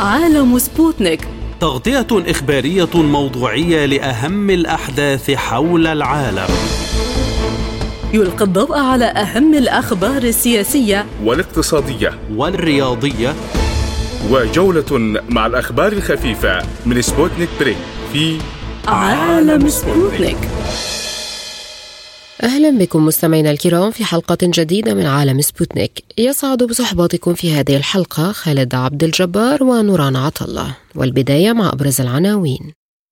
عالم سبوتنيك، تغطية إخبارية موضوعية لأهم الأحداث حول العالم. يلقي الضوء على أهم الأخبار السياسية والاقتصادية والرياضية، وجولة مع الأخبار الخفيفة من سبوتنيك بريك في عالم سبوتنيك. أهلا بكم مستمعينا الكرام في حلقة جديدة من عالم سبوتنيك. يسعد بصحبتكم في هذه الحلقة خالد عبد الجبار ونوران عطلة، والبداية مع أبرز العناوين.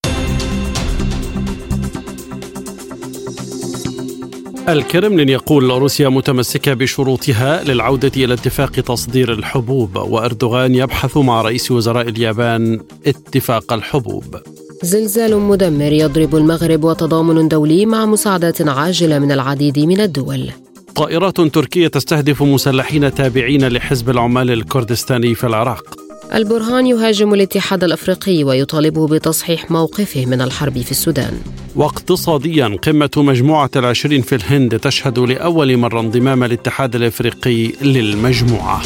الكرملين يقول روسيا متمسكة بشروطها للعودة إلى اتفاق تصدير الحبوب، وأردوغان يبحث مع رئيس وزراء اليابان اتفاق الحبوب. زلزال مدمر يضرب المغرب وتضامن دولي مع مساعدات عاجلة من العديد من الدول. طائرات تركية تستهدف مسلحين تابعين لحزب العمال الكردستاني في العراق. البرهان يهاجم الاتحاد الأفريقي ويطالبه بتصحيح موقفه من الحرب في السودان. واقتصاديا، قمة مجموعة ال20 في الهند تشهد لأول مرة انضمام الاتحاد الأفريقي للمجموعة.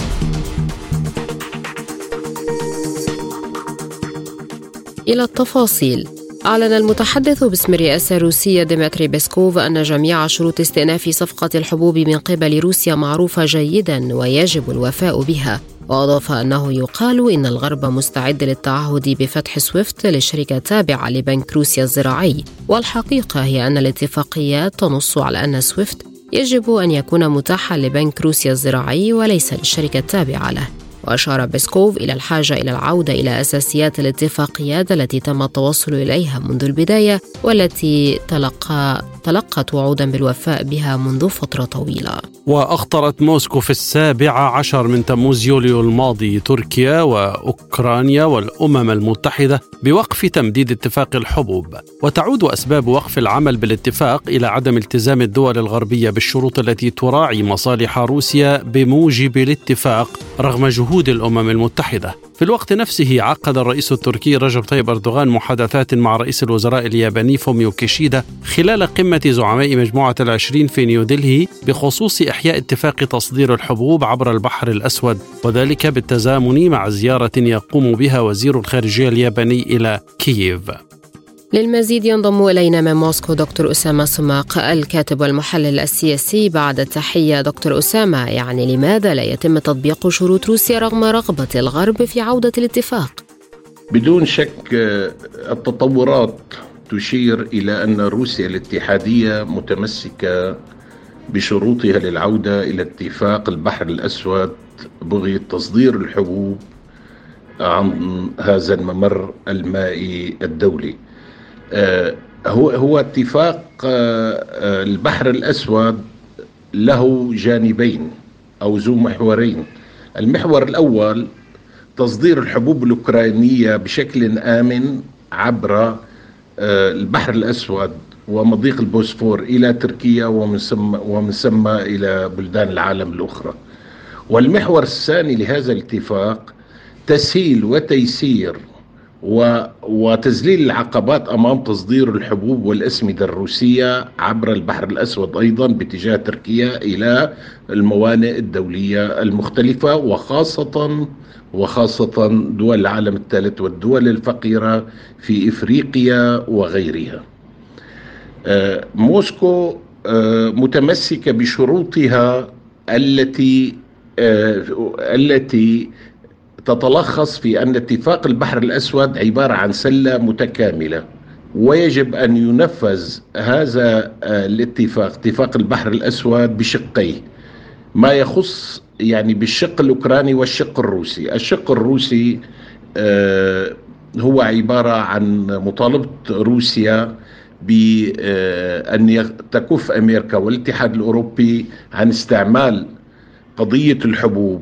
إلى التفاصيل. أعلن المتحدث باسم الرئاسة الروسية ديمتري بيسكوف أن جميع شروط استئناف صفقة الحبوب من قبل روسيا معروفة جيدا ويجب الوفاء بها، وأضاف أنه يقال إن الغرب مستعد للتعهد بفتح سويفت للشركة التابعة لبنك روسيا الزراعي، والحقيقة هي أن الاتفاقيات تنص على أن سويفت يجب أن يكون متاحا لبنك روسيا الزراعي وليس للشركة التابعة له. وأشار بيسكوف إلى الحاجة إلى العودة إلى أساسيات الاتفاقيات التي تم التوصل إليها منذ البداية، والتي تلقت وعودا بالوفاء بها منذ فترة طويلة. وأخطرت موسكو في 17 من تموز يوليو الماضي تركيا وأوكرانيا والأمم المتحدة بوقف تمديد اتفاق الحبوب، وتعود أسباب وقف العمل بالاتفاق إلى عدم التزام الدول الغربية بالشروط التي تراعي مصالح روسيا بموجب الاتفاق رغم جهود الأمم المتحدة. في الوقت نفسه عقد الرئيس التركي رجب طيب أردوغان محادثات مع رئيس الوزراء الياباني فوميو كيشيدا خلال قمة زعماء مجموعة ال20 في نيودلهي بخصوص إحياء اتفاق تصدير الحبوب عبر البحر الأسود، وذلك بالتزامن مع زيارة يقوم بها وزير الخارجية الياباني إلى كييف. للمزيد ينضم إلينا من موسكو دكتور أسامة سماق، الكاتب والمحلل السياسي. بعد التحية دكتور أسامة، يعني لماذا لا يتم تطبيق شروط روسيا رغم رغبة الغرب في عودة الاتفاق؟ بدون شك التطورات تشير إلى أن روسيا الاتحادية متمسكة بشروطها للعودة إلى اتفاق البحر الأسود بغية تصدير الحبوب عن هذا الممر المائي الدولي. هو اتفاق البحر الأسود له جانبين أو ذو محورين. المحور الأول تصدير الحبوب الأوكرانية بشكل آمن عبر البحر الأسود ومضيق البوسفور إلى تركيا ومن ثم إلى بلدان العالم الأخرى. والمحور الثاني لهذا الاتفاق تسهيل وتيسير وتذليل العقبات أمام تصدير الحبوب والأسمدة الروسية عبر البحر الأسود أيضا باتجاه تركيا إلى الموانئ الدولية المختلفة، وخاصة دول العالم الثالث والدول الفقيرة في إفريقيا وغيرها. موسكو متمسكة بشروطها التي تتلخص في أن اتفاق البحر الأسود عبارة عن سلة متكاملة، ويجب أن ينفذ هذا الاتفاق اتفاق البحر الأسود بشقيه، ما يخص يعني بالشق الأوكراني والشق الروسي. الشق الروسي هو عبارة عن مطالبة روسيا بأن تكف أمريكا والاتحاد الأوروبي عن استعمال قضية الحبوب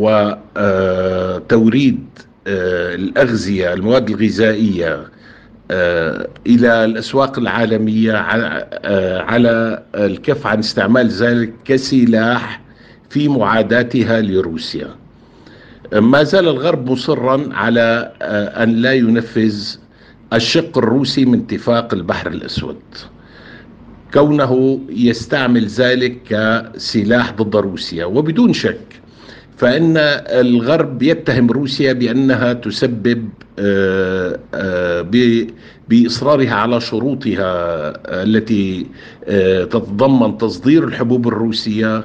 وتوريد الأغذية المواد الغذائية إلى الأسواق العالمية على الكف عن استعمال ذلك كسلاح في معاداتها لروسيا. ما زال الغرب مصرا على أن لا ينفذ الشق الروسي من اتفاق البحر الأسود، كونه يستعمل ذلك كسلاح ضد روسيا. وبدون شك فإن الغرب يتهم روسيا بأنها تسبب بإصرارها على شروطها التي تتضمن تصدير الحبوب الروسية،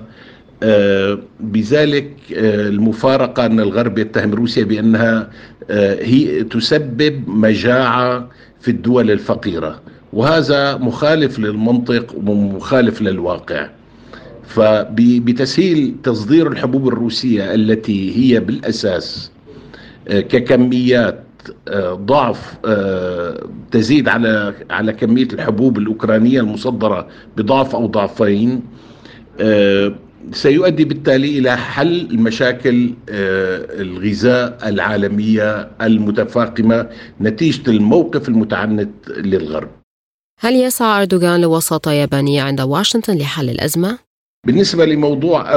بذلك المفارقة أن الغرب يتهم روسيا بأنها هي تسبب مجاعة في الدول الفقيرة، وهذا مخالف للمنطق ومخالف للواقع. فبتسهيل تصدير الحبوب الروسية التي هي بالأساس ككميات ضعف تزيد على كمية الحبوب الأوكرانية المصدرة بضعف أو ضعفين، سيؤدي بالتالي إلى حل المشاكل الغذاء العالمية المتفاقمة نتيجة الموقف المتعنت للغرب. هل يسعى أردوغان لوساطة يابانية عند واشنطن لحل الأزمة؟ بالنسبة لموضوع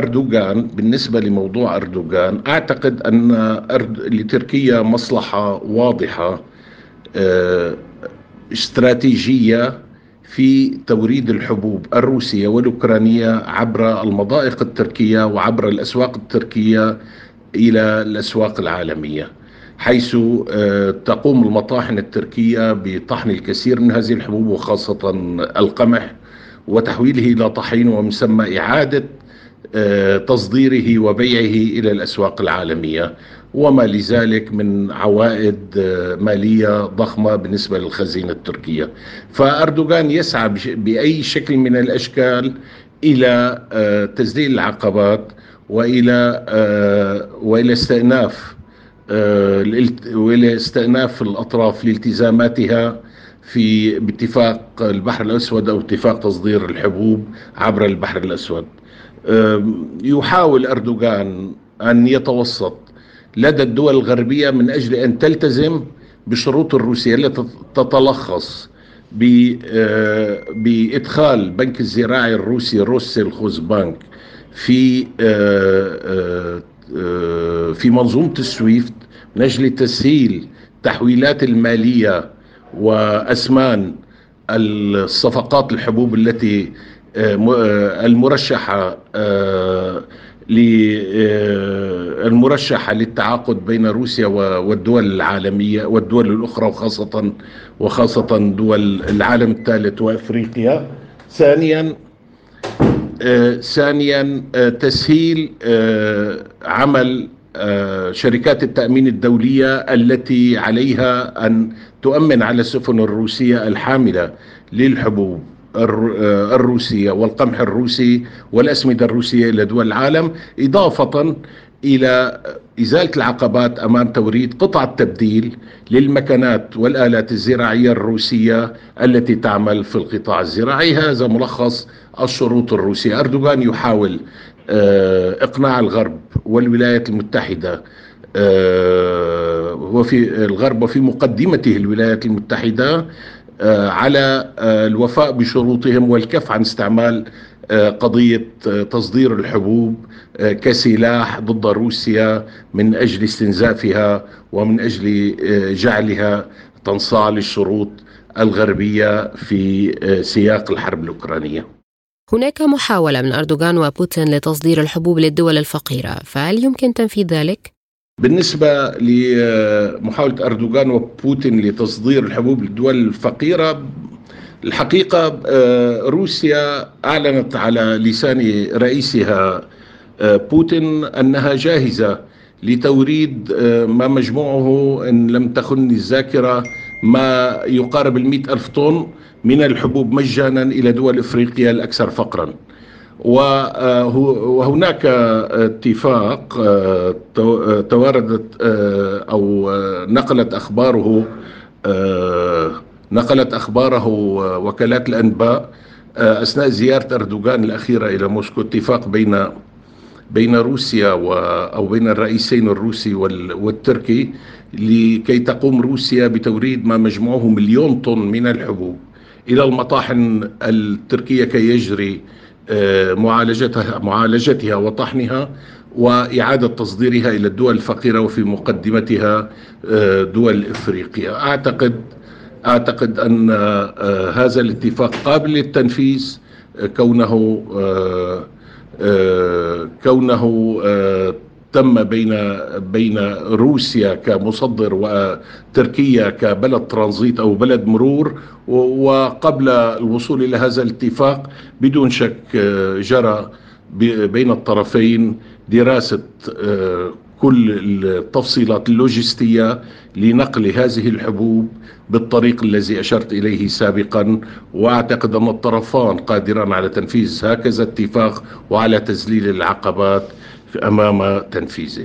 أردوغان أعتقد أن لتركيا مصلحة واضحة استراتيجية في توريد الحبوب الروسية والأوكرانية عبر المضائق التركية وعبر الأسواق التركية إلى الأسواق العالمية، حيث تقوم المطاحن التركية بطحن الكثير من هذه الحبوب وخاصة القمح وتحويله إلى طحين، ومن ثم إعادة تصديره وبيعه إلى الأسواق العالمية، وما لذلك من عوائد مالية ضخمة بالنسبة للخزينة التركية. فأردوغان يسعى بأي شكل من الأشكال إلى تذليل العقبات وإلى استئناف الأطراف لالتزاماتها باتفاق البحر الأسود أو اتفاق تصدير الحبوب عبر البحر الأسود. يحاول أردوغان أن يتوسط لدى الدول الغربية من أجل أن تلتزم بشروط الروسية التي تتلخص بإدخال بنك الزراعي الروسي روسسيلخوزبانك في منظومة السويفت من أجل تسهيل تحويلات المالية وأسمان الصفقات الحبوب التي المرشحة للتعاقد بين روسيا والدول العالمية والدول الأخرى وخاصة دول العالم الثالث وأفريقيا. ثانيا تسهيل عمل شركات التأمين الدولية التي عليها أن تؤمن على السفن الروسية الحاملة للحبوب الروسية والقمح الروسي والأسمدة الروسية إلى دول العالم، إضافة إلى إزالة العقبات أمام توريد قطع التبديل للمكنات والآلات الزراعية الروسية التي تعمل في القطاع الزراعي. هذا ملخص الشروط الروسية. أردوغان يحاول إقناع الغرب والولايات المتحدة وفي الغرب وفي مقدمته الولايات المتحدة على الوفاء بشروطهم والكف عن استعمال قضية تصدير الحبوب كسلاح ضد روسيا من أجل استنزافها ومن أجل جعلها تنصاع للشروط الغربية في سياق الحرب الأوكرانية. هناك محاولة من أردوغان وبوتين لتصدير الحبوب للدول الفقيرة، فهل يمكن تنفيذ ذلك؟ بالنسبة لمحاولة أردوغان وبوتين لتصدير الحبوب للدول الفقيرة، الحقيقة روسيا أعلنت على لسان رئيسها بوتين أنها جاهزة لتوريد ما مجموعه إن لم تخن الذاكرة ما يقارب 100,000 طن من الحبوب مجانا إلى دول إفريقيا الأكثر فقرا. وهناك اتفاق تواردت أو نقلت أخباره وكالات الأنباء أثناء زيارة أردوغان الأخيرة إلى موسكو، اتفاق بين روسيا أو بين الرئيسين الروسي والتركي لكي تقوم روسيا بتوريد ما مجموعه 1,000,000 طن من الحبوب إلى المطاحن التركية كي يجري معالجتها وطحنها وإعادة تصديرها إلى الدول الفقيرة وفي مقدمتها دول إفريقيا. أعتقد أن هذا الاتفاق قابل للتنفيذ كونه تم بين روسيا كمصدر وتركيا كبلد ترانزيت أو بلد مرور. وقبل الوصول إلى هذا الاتفاق بدون شك جرى بين الطرفين دراسة كل التفصيلات اللوجستية لنقل هذه الحبوب بالطريق الذي أشرت إليه سابقا، وأعتقد أن الطرفان قادران على تنفيذ هكذا اتفاق وعلى تذليل العقبات أمام تنفيذه.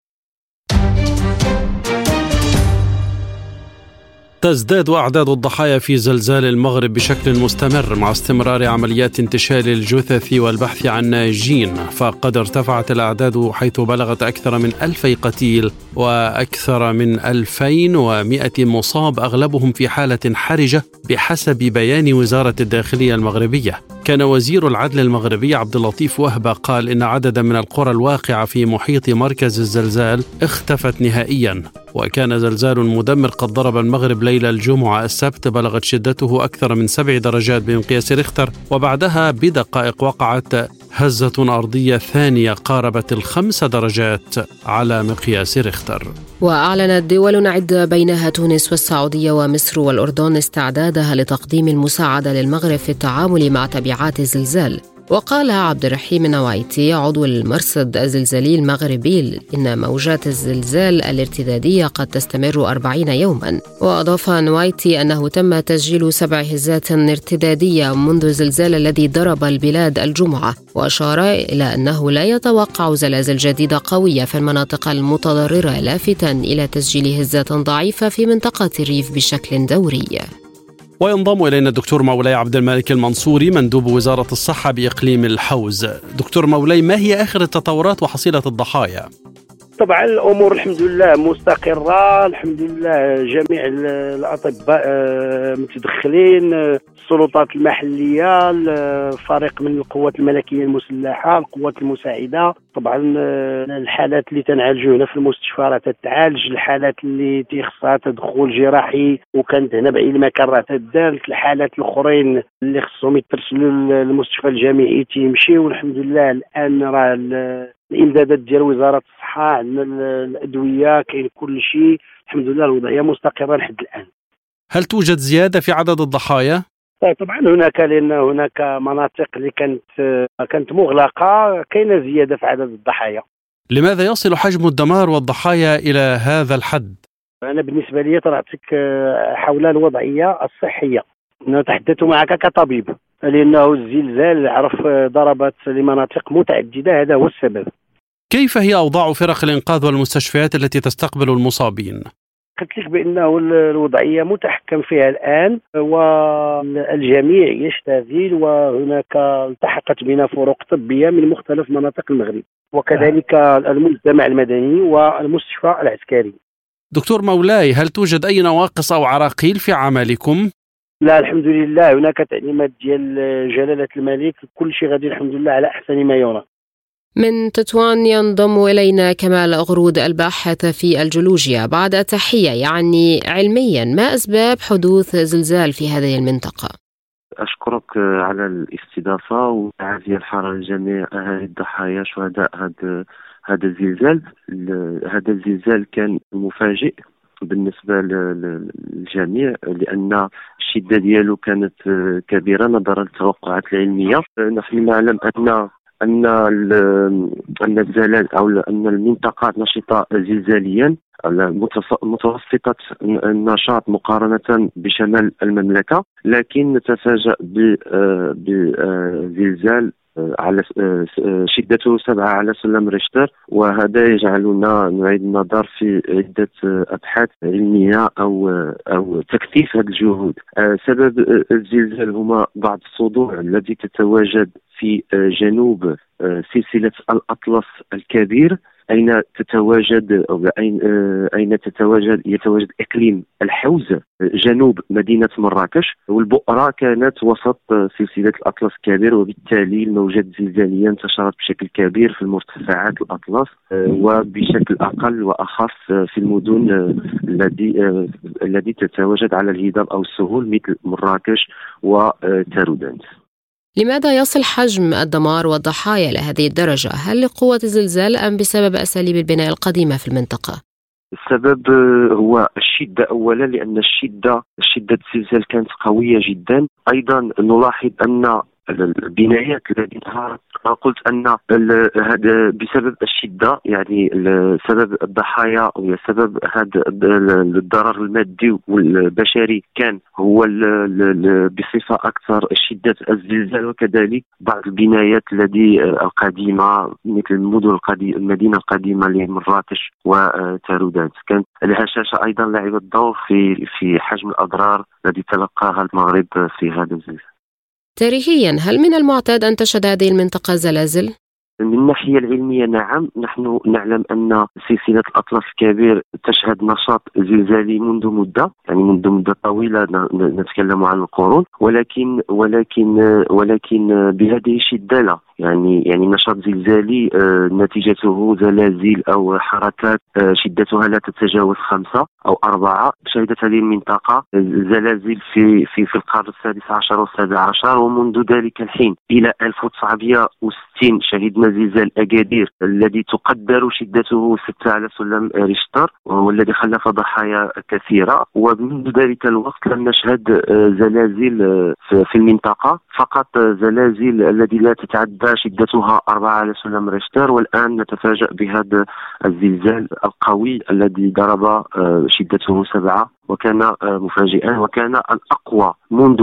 تزداد أعداد الضحايا في زلزال المغرب بشكل مستمر مع استمرار عمليات انتشال الجثث والبحث عن ناجين، فقد ارتفعت الأعداد حيث بلغت أكثر من 1000 قتيل وأكثر من 2100 مصاب، أغلبهم في حالة حرجة بحسب بيان وزارة الداخلية المغربية. كان وزير العدل المغربي عبد اللطيف وهبة قال إن عددا من القرى الواقعة في محيط مركز الزلزال اختفت نهائيا. وكان زلزال مدمر قد ضرب المغرب ليلة الجمعة السبت بلغت شدته أكثر من 7 درجات بمقياس ريختر، وبعدها بدقائق وقعت هزة أرضية ثانية قاربت 5 درجات على مقياس ريختر. وأعلنت دول عدة بينها تونس والسعودية ومصر والأردن استعدادها لتقديم المساعدة للمغرب في التعامل مع تبعات الزلزال. وقال عبد الرحيم نوايتي عضو المرصد الزلزالي المغربي إن موجات الزلزال الارتدادية قد تستمر 40 يوما. وأضاف نوايتي أنه تم تسجيل 7 هزات ارتدادية منذ الزلزال الذي ضرب البلاد الجمعة، وأشار إلى أنه لا يتوقع زلازل جديدة قوية في المناطق المتضررة، لافتا إلى تسجيل هزات ضعيفة في منطقة الريف بشكل دوري. وينضم إلينا الدكتور مولاي عبد الملك المنصوري مندوب وزارة الصحة بإقليم الحوز. دكتور مولاي، ما هي آخر التطورات وحصيلة الضحايا؟ طبعا الأمور الحمد لله مستقرة، الحمد لله جميع الأطباء متدخلين، السلطات المحلية، الفريق من القوات الملكية المسلحة، القوات المساعدة. طبعا الحالات اللي تنعالجوا هنا في المستشفى راه تتعالج، الحالات اللي تيخصها تدخل جراحي وكانت هنا بعين مكان راه تدارت، الحالات الأخرين اللي خصهم يترسلوا للمستشفى الجامعي تيمشي. والحمد لله الآن راه الامدادات ديال وزاره الصحه، عندنا الادويه، كاين كل شيء، الحمد لله الوضعيه مستقره لحد الان. هل توجد زياده في عدد الضحايا؟ طبعا لان هناك مناطق اللي كانت مغلقه، كاينه زياده في عدد الضحايا. لماذا يصل حجم الدمار والضحايا الى هذا الحد؟ انا بالنسبه لي طرحتك حول الوضعيه الصحيه، نتحدث معك كطبيب، لأنه الزلزال ضربت لمناطق متعددة، هذا هو السبب. كيف هي أوضاع فرق الإنقاذ والمستشفيات التي تستقبل المصابين؟ قلت لك بأنه الوضعية متحكم فيها الآن، والجميع يشتغل، وهناك التحقت بنا فرق طبية من مختلف مناطق المغرب، وكذلك المجتمع المدني والمستشفى العسكري. دكتور مولاي، هل توجد أي نواقص أو عراقيل في عملكم؟ لا الحمد لله، هناك تعليمات ديال جلالة الملك، كل شيء غادي الحمد لله على أحسن ما يرام. من تطوان ينضم إلينا كمال غرود الباحث في الجيولوجيا. بعد تحية، يعني علميا ما أسباب حدوث زلزال في هذه المنطقة؟ أشكرك على الاستضافة وتعزية الحارة لجميع أهالي الضحايا شهداء هذا الزلزال. هذا الزلزال كان مفاجئ بالنسبة للجميع، لأن الشدة ديالو كانت كبيرة نظرا للتوقعات العلمية. نحن نعلم أن الزلازل أو أن المنطقة نشطة زلزاليا متوسطة النشاط مقارنة بشمال المملكة، لكن نتفاجأ بزلزال على شدته 7 على سلم ريشتر، وهذا يجعلنا نعيد النظر في عدة أبحاث علمية أو تكثيف هذه الجهود. سبب الزلزال هما بعض الصدوع التي تتواجد في جنوب سلسلة الأطلس الكبير، أين يتواجد إقليم الحوز جنوب مدينة مراكش، والبؤرة كانت وسط سلسلة الأطلس الكبير، وبالتالي الموجات الزلزالية انتشرت بشكل كبير في المرتفعات الأطلس، وبشكل أقل وأخص في المدن التي تتواجد على الهضاب أو السهول مثل مراكش وتارودانت. لماذا يصل حجم الدمار والضحايا لهذه الدرجة؟ هل لقوة الزلزال أم بسبب أساليب البناء القديمة في المنطقة؟ السبب هو الشدة أولا، لأن شدة الزلزال كانت قوية جدا. أيضا نلاحظ أن البنايات التي انهارت، قلت أن هذا بسبب الشدة، يعني سبب الضحايا أو سبب هذا الضرر المادي والبشري كان هو بصفة أكثر شدة الزلزال. وكذلك بعض البنايات القديمة مثل المدينة القديمة لمراكش وتارودانت، كان الهشاشة أيضا لعبت دور في حجم الأضرار الذي تلقاها المغرب في هذا الزلزال. تاريخيا هل من المعتاد أن تشهد هذه المنطقة زلازل؟ من الناحية العلمية نعم، نحن نعلم أن سلسلة الأطلس الكبير تشهد نشاط زلزالي منذ مدة طويلة، نتكلم عن القرون، ولكن بهذه الشدة لا. يعني نشاط زلزالي نتيجته زلازل أو حركات شدتها لا تتجاوز 5 أو 4 شهدت هذه المنطقة زلازل في القرن السادس عشر والسابع عشر، ومنذ ذلك الحين إلى 1960 شهدنا زلزال أكادير الذي تقدر شدته 6 على سلم ريشتر، والذي خلف ضحايا كثيرة. ومنذ ذلك الوقت لم نشهد زلازل في المنطقة، فقط زلازل التي لا تتعدى شدتها 4 على سلم ريشتر. والآن نتفاجأ بهذا الزلزال القوي الذي ضرب شدته 7، وكان مفاجئا، وكان الأقوى منذ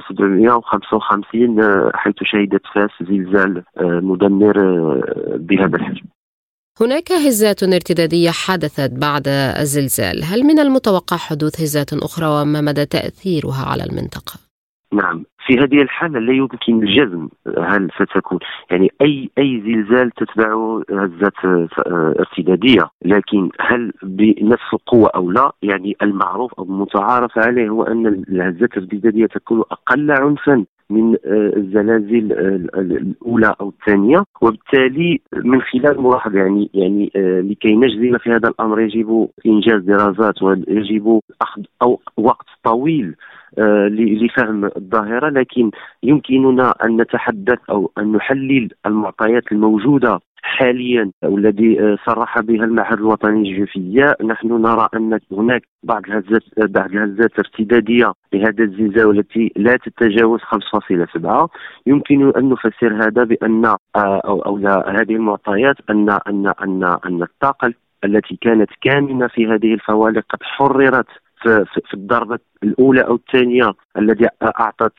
1755 حيث شهدت فاس زلزال مدمر بهذا الحجم. هناك هزات ارتدادية حدثت بعد الزلزال، هل من المتوقع حدوث هزات أخرى وما مدى تأثيرها على المنطقة؟ نعم، في هذه الحالة لا يمكن الجزم هل ستكون أي زلزال تتبعه هزات ارتدادية، لكن هل بنفس القوة أو لا؟ يعني المعروف أو المتعارف عليه هو أن الهزات الارتدادية تكون أقل عنفا من الزلازل الأولى أو الثانية. وبالتالي من خلال ملاحظة يعني لكي نجزم في هذا الأمر يجب إنجاز دراسات ويجب أخذ وقت طويل لفهم الظاهرة، لكن يمكننا أن نتحدث أو أن نحلل المعطيات الموجودة حاليا والذي صرح بها المعهد الوطني للجيوفيزياء. نحن نرى أن هناك بعض الهزات ارتدادية لهذا الزلزال التي لا تتجاوز 5.7. يمكن أن نفسر هذا بأن أو هذه المعطيات أن الطاقة التي كانت كامنة في هذه الفوالق قد حررت في الضربة الأولى أو الثانية التي أعطت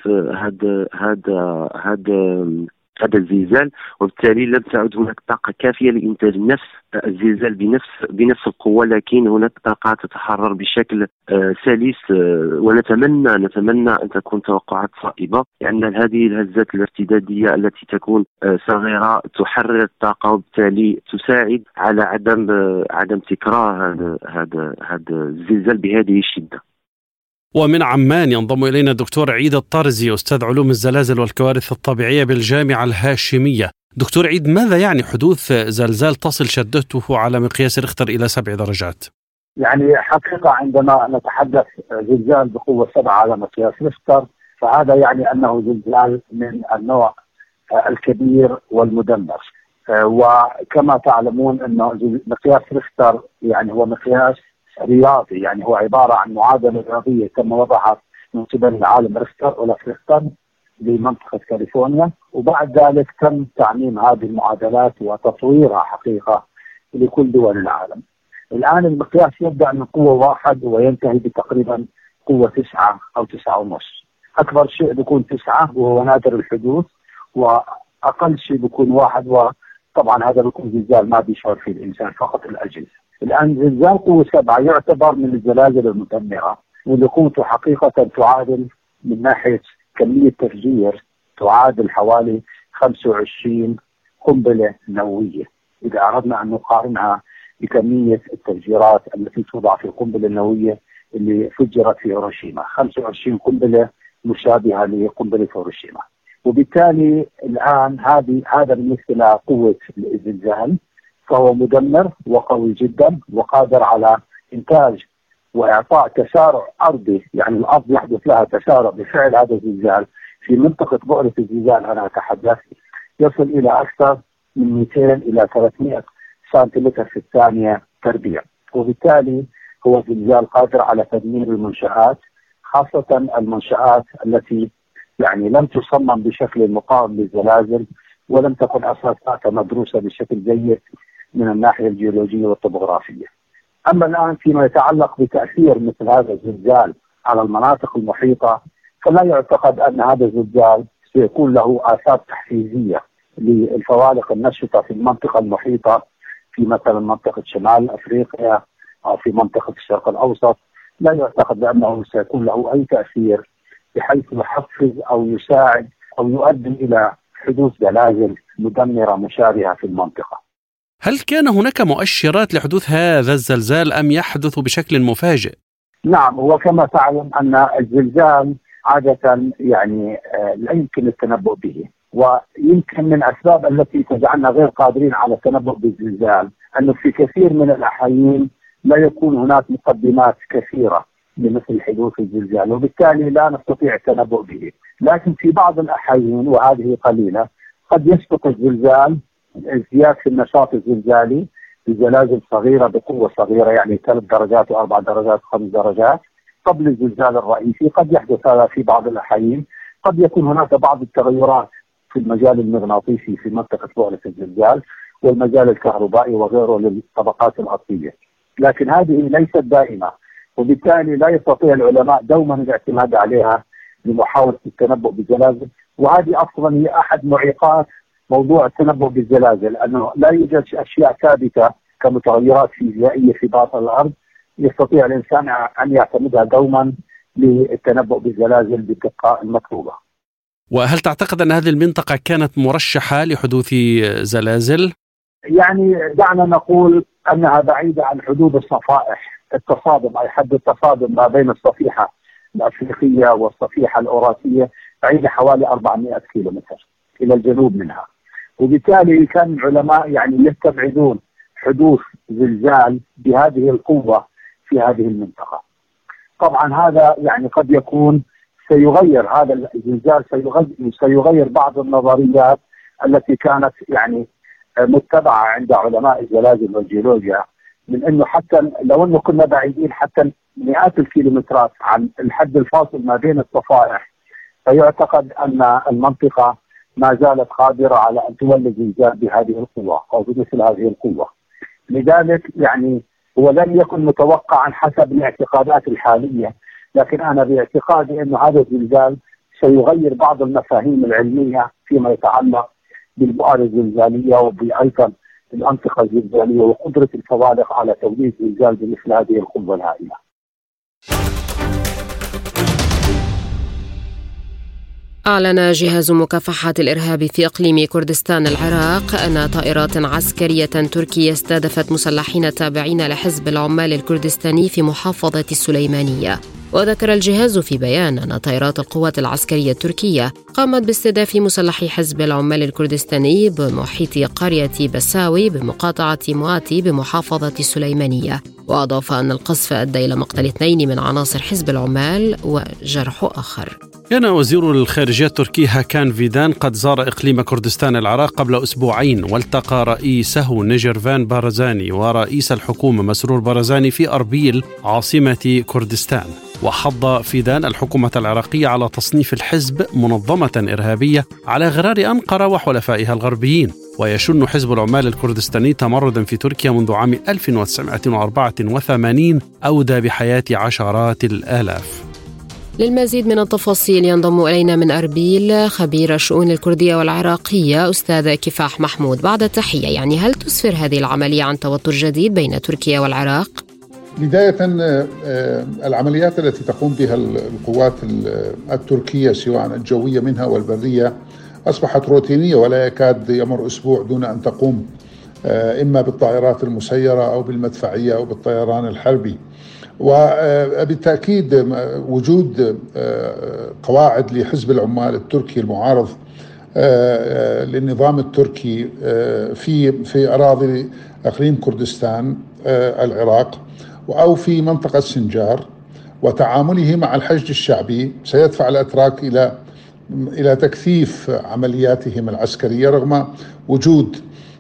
هذا الزلزال، وبالتالي لم تعد هناك طاقة كافية لإنتاج نفس الزلزال بنفس القوة، لكن هناك طاقة تتحرر بشكل سلس. ونتمنى أن تكون توقعات صائبة، لأن هذه الهزات الارتدادية التي تكون صغيرة تحرر الطاقة، وبالتالي تساعد على عدم تكرار هذا الزلزال بهذه الشدة. ومن عمان ينضم إلينا الدكتور عيد الطرزي، أستاذ علوم الزلازل والكوارث الطبيعية بالجامعة الهاشمية. دكتور عيد، ماذا يعني حدوث زلزال تصل شدته على مقياس ريختر إلى 7 درجات؟ يعني حقيقة عندما نتحدث زلزال بقوة 7 على مقياس ريختر، فهذا يعني أنه زلزال من النوع الكبير والمدمر. وكما تعلمون أن مقياس ريختر يعني هو مقياس رياضي، يعني هو عبارة عن معادلة رياضية تم وضعها من قبل العالم ريختر أولاف ريختر لمنطقة كاليفورنيا، وبعد ذلك تم تعميم هذه المعادلات وتطويرها حقيقة لكل دول العالم. الآن المقياس يبدأ من قوة 1 وينتهي بتقريبا قوة 9 أو 9.5. أكبر شيء بيكون 9 وهو نادر الحدوث، وأقل شيء بيكون 1، وطبعا هذا بيكون زلزال ما بيشعر فيه الإنسان، فقط الأجهزة. الآن زلزال قوة 7 يعتبر من الزلازل المدمرة، واللي قوته حقيقة تعادل من ناحية كمية تفجير تعادل حوالي 25 قنبلة نووية. إذا أردنا أن نقارنها بكمية التفجيرات التي توضع في القنبلة النووية اللي فجرت في هيروشيما، 25 قنبلة مشابهة لقنبلة هيروشيما. وبالتالي الآن هذا بالنسبة لقوة الزلزال، فهو مدمر وقوي جدا وقادر على إنتاج وإعطاء تسارع أرضي، يعني الأرض يحدث لها تسارع بفعل هذا الزلزال في منطقة بؤرة الزلزال أنا أتحدث يصل إلى أكثر من 200 إلى 300 سنتيمتر في الثانية تربيع، وبالتالي هو زلزال قادر على تدمير المنشآت، خاصة المنشآت التي يعني لم تصمم بشكل مقاوم للزلازل ولم تكن أساساتها مدروسة بشكل جيد من الناحية الجيولوجية والطبوغرافية. أما الآن فيما يتعلق بتأثير مثل هذا الزلزال على المناطق المحيطة، فلا يعتقد أن هذا الزلزال سيكون له آثار تحفيزية للفوالق النشطة في المنطقة المحيطة، في مثلا منطقة شمال أفريقيا أو في منطقة الشرق الأوسط. لا يعتقد بأنه سيكون له أي تأثير بحيث يحفز أو يساعد أو يؤدي إلى حدوث زلازل مدمرة مشابهة في المنطقة. هل كان هناك مؤشرات لحدوث هذا الزلزال أم يحدث بشكل مفاجئ؟ نعم، وكما تعلم أن الزلزال عادة يعني لا يمكن التنبؤ به، ويمكن من الأسباب التي تجعلنا غير قادرين على التنبؤ بالزلزال أنه في كثير من الأحايين لا يكون هناك مقدمات كثيرة لمثل حدوث الزلزال، وبالتالي لا نستطيع التنبؤ به. لكن في بعض الأحايين وهذه قليلة قد يسبق الزلزال زيادة النشاط الزلزالي بزلازل صغيرة بقوة صغيرة، يعني 3 درجات و4 درجات و5 درجات قبل الزلزال الرئيسي. قد يحدث هذا في بعض الأحايين. قد يكون هناك بعض التغيرات في المجال المغناطيسي في منطقة بؤرة الزلزال والمجال الكهربائي وغيره للطبقات الأرضية، لكن هذه ليست دائمة، وبالتالي لا يستطيع العلماء دوما الاعتماد عليها لمحاولة التنبؤ بالزلازل. وهذه أصلا هي أحد معيقات موضوع التنبؤ بالزلازل، أنه لا يوجد أشياء ثابتة كمتغيرات فيزيائية في باطن الأرض يستطيع الإنسان أن يعتمدها دوما للتنبؤ بالزلازل بالدقة المطلوبة. وهل تعتقد أن هذه المنطقة كانت مرشحة لحدوث زلازل؟ يعني دعنا نقول أنها بعيدة عن حدود الصفائح، التصادم أي حد التصادم ما بين الصفيحة الأفريقية والصفيحة الأوراسية بعيدة حوالي 400 كيلومتر إلى الجنوب منها، وبالتالي كان العلماء يعني يستبعدون حدوث زلزال بهذه القوة في هذه المنطقة. طبعا هذا يعني قد يكون سيغير، هذا الزلزال سيغير بعض النظريات التي كانت يعني متبعة عند علماء الزلازل والجيولوجيا، من انه حتى لو انه كنا بعيدين حتى مئات الكيلومترات عن الحد الفاصل ما بين الصفائح، فيعتقد ان المنطقة ما زالت قادرة على ان تولد زلزال بهذه القوة او بمثل هذه القوة. لذلك يعني هو لم يكن متوقعا حسب الاعتقادات الحالية، لكن انا باعتقادي انه هذا الزلزال سيغير بعض المفاهيم العلمية فيما يتعلق بالبؤر الزلزالية وبأيضا الأنطقة الزلزالية وقدرة الفوالق على توليد زلزال بمثل هذه القوة الهائلة. أعلن جهاز مكافحة الإرهاب في إقليم كردستان العراق أن طائرات عسكرية تركية استهدفت مسلحين تابعين لحزب العمال الكردستاني في محافظة السليمانية. وذكر الجهاز في بيان أن طائرات القوات العسكرية التركية قامت باستهداف مسلحي حزب العمال الكردستاني بمحيط قرية بساوي بمقاطعة مواتي بمحافظة السليمانية. وأضاف أن القصف أدى إلى مقتل 2 من عناصر حزب العمال وجرح آخر. كان وزير الخارجية التركي هاكان فيدان قد زار إقليم كردستان العراق قبل أسبوعين، والتقى رئيسه نيجرفان بارزاني ورئيس الحكومة مسرور بارزاني في أربيل عاصمة كردستان. وحض فيدان الحكومة العراقية على تصنيف الحزب منظمة إرهابية على غرار أنقرة وحلفائها الغربيين. ويشن حزب العمال الكردستاني تمردا في تركيا منذ عام 1984 أودى بحياة عشرات الآلاف. للمزيد من التفاصيل ينضم إلينا من أربيل خبير الشؤون الكردية والعراقية أستاذ كفاح محمود. بعد التحية، يعني هل تسفر هذه العملية عن توتر جديد بين تركيا والعراق؟ بداية العمليات التي تقوم بها القوات التركية سواء الجوية منها والبرية أصبحت روتينية، ولا يكاد يمر أسبوع دون أن تقوم إما بالطائرات المسيرة أو بالمدفعية أو بالطيران الحربي. وبالتأكيد وجود قواعد لحزب العمال التركي المعارض للنظام التركي في أراضي إقليم كردستان العراق أو في منطقة سنجار وتعامله مع الحشد الشعبي سيدفع الأتراك إلى إلى تكثيف عملياتهم العسكرية رغم وجود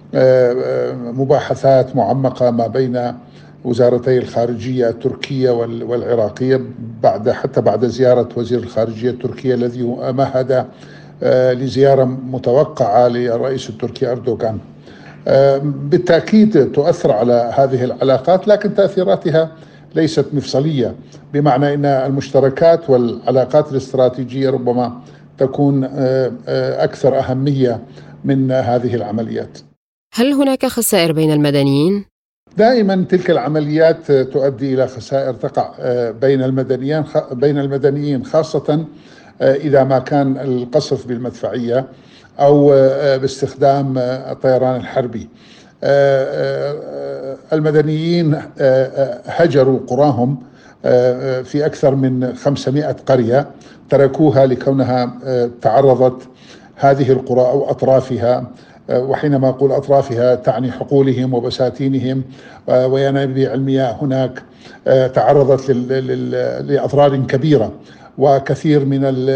مباحثات معمقة ما بين وزارتي الخارجية التركية والعراقية حتى بعد زيارة وزير الخارجية التركية الذي مهد لزيارة متوقعة للرئيس التركي أردوغان. بالتأكيد تؤثر على هذه العلاقات، لكن تأثيراتها ليست مفصلية، بمعنى أن المشتركات والعلاقات الاستراتيجية ربما تكون أكثر أهمية من هذه العمليات. هل هناك خسائر بين المدنيين؟ دائما تلك العمليات تؤدي إلى خسائر تقع بين المدنيين، خاصة إذا ما كان القصف بالمدفعية أو باستخدام الطيران الحربي. المدنيين هجروا قراهم في أكثر من 500 قرية، تركوها لكونها تعرضت هذه القرى أو أطرافها، وحينما أقول أطرافها تعني حقولهم وبساتينهم وينابيع المياه هناك، تعرضت لأضرار كبيرة، وكثير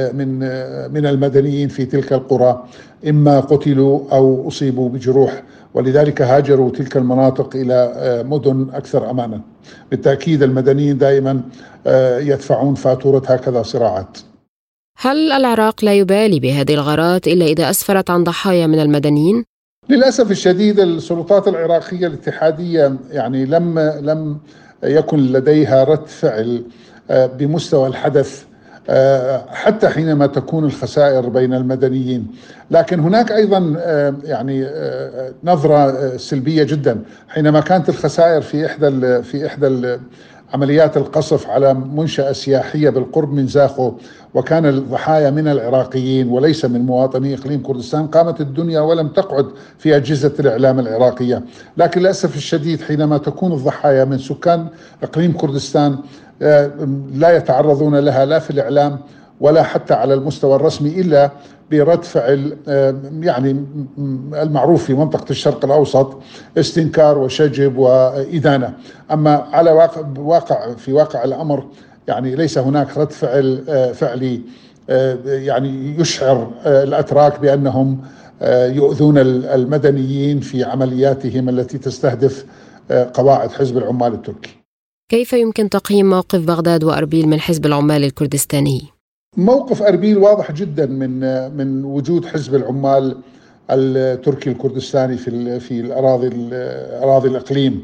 من المدنيين في تلك القرى إما قتلوا أو أصيبوا بجروح، ولذلك هاجروا تلك المناطق إلى مدن أكثر أمانا. بالتأكيد المدنيين دائما يدفعون فاتورة هكذا صراعات. هل العراق لا يبالي بهذه الغارات إلا إذا أسفرت عن ضحايا من المدنيين؟ للأسف الشديد السلطات العراقية الاتحادية يعني لم يكن لديها رد فعل بمستوى الحدث حتى حينما تكون الخسائر بين المدنيين، لكن هناك أيضا يعني نظرة سلبية جدا حينما كانت الخسائر في إحدى عمليات القصف على منشأة سياحية بالقرب من زاخو، وكان الضحايا من العراقيين وليس من مواطني إقليم كردستان. قامت الدنيا ولم تقعد في أجهزة الإعلام العراقية، لكن للأسف الشديد حينما تكون الضحايا من سكان إقليم كردستان لا يتعرضون لها لا في الإعلام ولا حتى على المستوى الرسمي إلا برد فعل يعني المعروف في منطقة الشرق الأوسط، استنكار وشجب وإدانة. أما على في واقع الأمر يعني ليس هناك رد فعلي يعني يشعر الأتراك بأنهم يؤذون المدنيين في عملياتهم التي تستهدف قواعد حزب العمال التركي. كيف يمكن تقييم موقف بغداد وأربيل من حزب العمال الكردستاني؟ موقف أربيل واضح جدا من وجود حزب العمال التركي الكردستاني في أراضي الإقليم،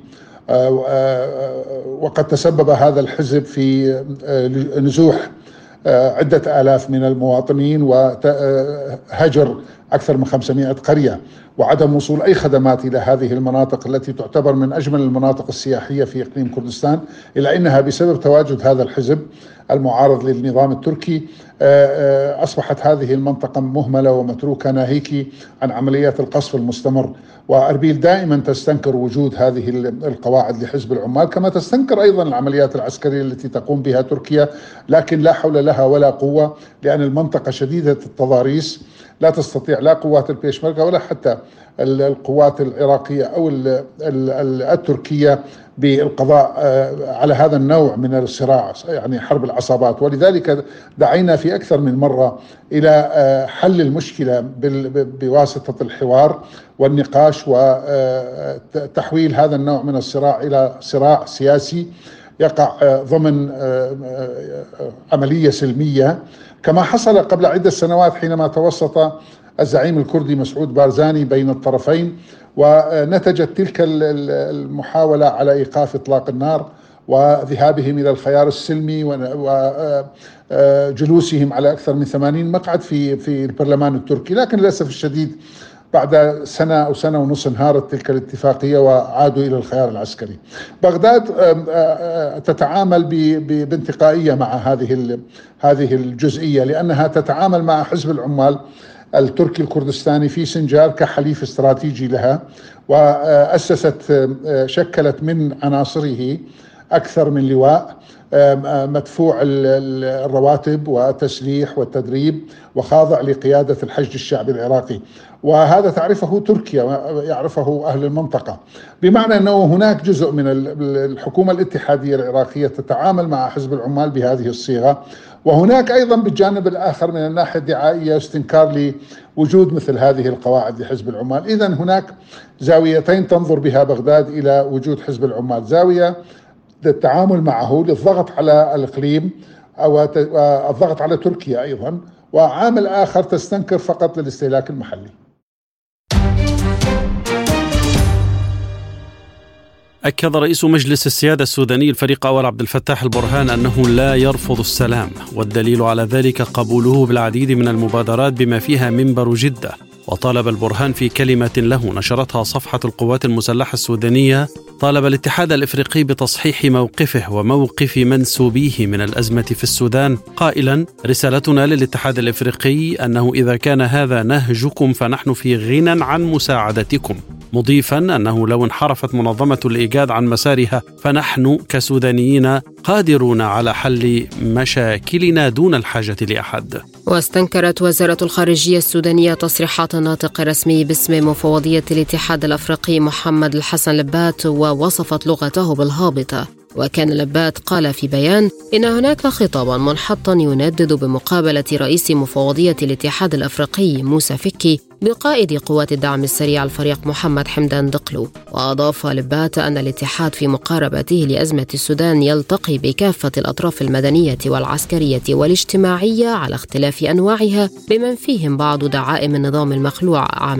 وقد تسبب هذا الحزب في نزوح عدة آلاف من المواطنين وهجر أكثر من 500 قرية، وعدم وصول أي خدمات إلى هذه المناطق التي تعتبر من أجمل المناطق السياحية في إقليم كردستان، إلا أنها بسبب تواجد هذا الحزب المعارض للنظام التركي أصبحت هذه المنطقة مهملة ومتروكة ناهيك عن عمليات القصف المستمر. وأربيل دائما تستنكر وجود هذه القواعد لحزب العمال، كما تستنكر أيضا العمليات العسكرية التي تقوم بها تركيا، لكن لا حول لها ولا قوة، لأن المنطقة شديدة التضاريس، لا تستطيع لا قوات البيشمركة ولا حتى القوات العراقية أو التركية بالقضاء على هذا النوع من الصراع، يعني حرب العصابات. ولذلك دعينا في أكثر من مرة إلى حل المشكلة بواسطة الحوار والنقاش وتحويل هذا النوع من الصراع إلى صراع سياسي يقع ضمن عملية سلمية، كما حصل قبل عدة سنوات حينما توسط الزعيم الكردي مسعود بارزاني بين الطرفين، ونتجت تلك المحاولة على إيقاف إطلاق النار وذهابهم إلى الخيار السلمي وجلوسهم على أكثر من 80 مقعد في البرلمان التركي. لكن للأسف الشديد بعد سنة أو سنة ونصف انهارت تلك الاتفاقية وعادوا إلى الخيار العسكري. بغداد تتعامل بانتقائية مع هذه الجزئية، لأنها تتعامل مع حزب العمال التركي الكردستاني في سنجار كحليف استراتيجي لها، وأسست شكلت من عناصره أكثر من لواء مدفوع الرواتب والتسليح والتدريب وخاضع لقيادة الحشد الشعبي العراقي، وهذا تعرفه تركيا يعرفه أهل المنطقة، بمعنى أنه هناك جزء من الحكومة الاتحادية العراقية تتعامل مع حزب العمال بهذه الصيغة، وهناك أيضا بالجانب الآخر من الناحية الدعائية استنكار لوجود مثل هذه القواعد لحزب العمال. إذن هناك زاويتين تنظر بها بغداد إلى وجود حزب العمال: زاوية للتعامل معه للضغط على الإقليم أو الضغط على تركيا أيضا، وعامل آخر تستنكر فقط للاستهلاك المحلي. أكد رئيس مجلس السيادة السوداني الفريق أول عبد الفتاح البرهان أنه لا يرفض السلام، والدليل على ذلك قبوله بالعديد من المبادرات بما فيها منبر جدة. وطالب البرهان في كلمة له نشرتها صفحة القوات المسلحة السودانية، طالب الاتحاد الإفريقي بتصحيح موقفه وموقف منسوبيه من الأزمة في السودان، قائلا: رسالتنا للاتحاد الإفريقي أنه إذا كان هذا نهجكم فنحن في غنى عن مساعدتكم، مضيفا أنه لو انحرفت منظمة الإيجاد عن مسارها فنحن كسودانيين قادرون على حل مشاكلنا دون الحاجة لأحد. واستنكرت وزارة الخارجية السودانية تصريحات الناطق الرسمي باسم مفوضية الاتحاد الأفريقي محمد الحسن لبات ووصفت لغته بالهابطة. وكان لبات قال في بيان إن هناك خطابا منحطا يندد بمقابلة رئيس مفوضية الاتحاد الأفريقي موسى فكي بقائد قوات الدعم السريع الفريق محمد حمدان دقلو. وأضاف لبات أن الاتحاد في مقاربته لأزمة السودان يلتقي بكافة الأطراف المدنية والعسكرية والاجتماعية على اختلاف أنواعها، بمن فيهم بعض دعائم النظام المخلوع عام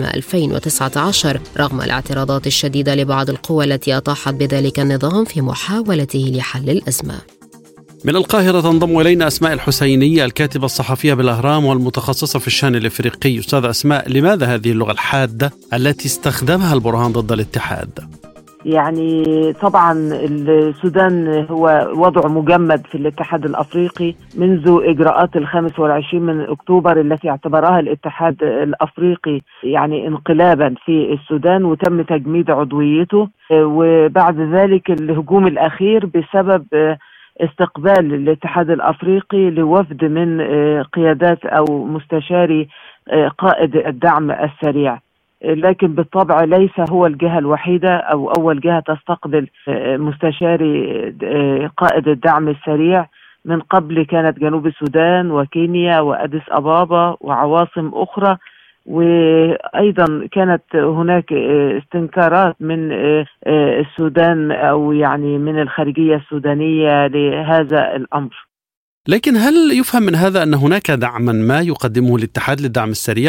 2019 رغم الاعتراضات الشديدة لبعض القوى التي أطاحت بذلك النظام في محاولته لحل الأزمة. من القاهرة تنضم إلينا أسماء الحسيني، الكاتبة الصحفية بالأهرام والمتخصصة في الشأن الإفريقي. أستاذ أسماء، لماذا هذه اللغة الحادة التي استخدمها البرهان ضد الاتحاد؟ يعني طبعا السودان هو وضع مجمد في الاتحاد الأفريقي منذ إجراءات 25 من أكتوبر التي اعتبرها الاتحاد الأفريقي يعني انقلابا في السودان، وتم تجميد عضويته. وبعد ذلك الهجوم الأخير بسبب استقبال الاتحاد الأفريقي لوفد من قيادات أو مستشاري قائد الدعم السريع، لكن بالطبع ليس هو الجهة الوحيدة أو أول جهة تستقبل مستشاري قائد الدعم السريع. من قبل كانت جنوب السودان وكينيا وأديس أبابا وعواصم أخرى، وأيضا كانت هناك استنكارات من السودان أو يعني من الخارجية السودانية لهذا الأمر. لكن هل يفهم من هذا أن هناك دعما ما يقدمه الاتحاد للدعم السريع؟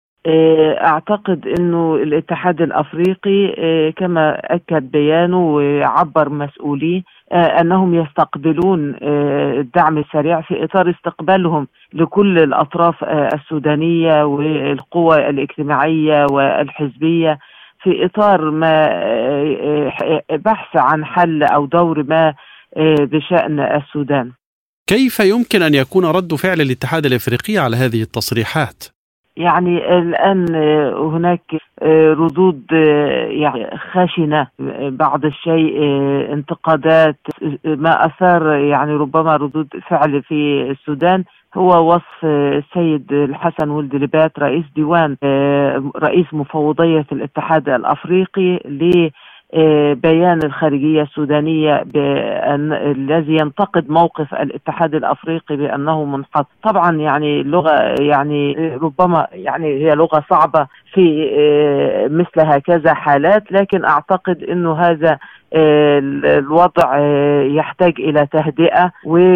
أعتقد أنه الاتحاد الأفريقي كما أكد بيانه وعبر مسؤوليه أنهم يستقبلون الدعم السريع في إطار استقبالهم لكل الأطراف السودانية والقوى الاجتماعية والحزبية في إطار ما بحث عن حل أو دور ما بشأن السودان. كيف يمكن أن يكون رد فعل الاتحاد الأفريقي على هذه التصريحات؟ يعني الآن هناك ردود يعني خشنة، بعض الشيء انتقادات، ما أثار يعني ربما ردود فعل في السودان هو وصف السيد الحسن ولد لبات رئيس ديوان رئيس مفوضية الاتحاد الأفريقي بيان الخارجية السودانية الذي ينتقد موقف الاتحاد الأفريقي بأنه منحط. طبعا يعني اللغة يعني ربما يعني هي لغة صعبة في مثل هكذا حالات، لكن أعتقد أنه هذا الوضع يحتاج إلى تهدئة،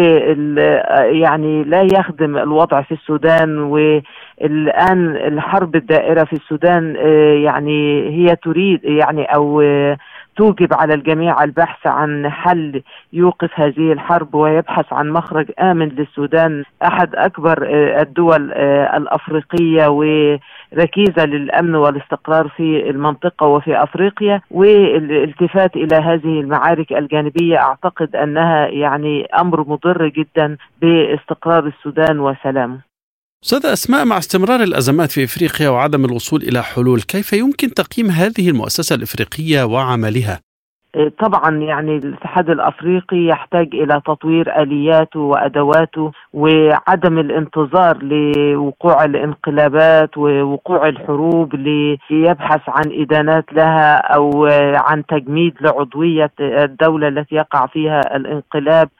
ويعني لا يخدم الوضع في السودان. والآن الحرب الدائرة في السودان يعني هي تريد يعني أو توجب على الجميع البحث عن حل يوقف هذه الحرب ويبحث عن مخرج آمن للسودان، أحد أكبر الدول الأفريقية وركيزة للأمن والاستقرار في المنطقة وفي أفريقيا. والالتفات إلى هذه المعارك الجانبية أعتقد أنها يعني أمر مضر جدا باستقرار السودان وسلامه. أستاذة أسماء، مع استمرار الأزمات في إفريقيا وعدم الوصول إلى حلول، كيف يمكن تقييم هذه المؤسسة الإفريقية وعملها؟ طبعا يعني الاتحاد الأفريقي يحتاج إلى تطوير آلياته وأدواته وعدم الانتظار لوقوع الانقلابات ووقوع الحروب ليبحث عن إدانات لها أو عن تجميد لعضوية الدولة التي يقع فيها الانقلاب.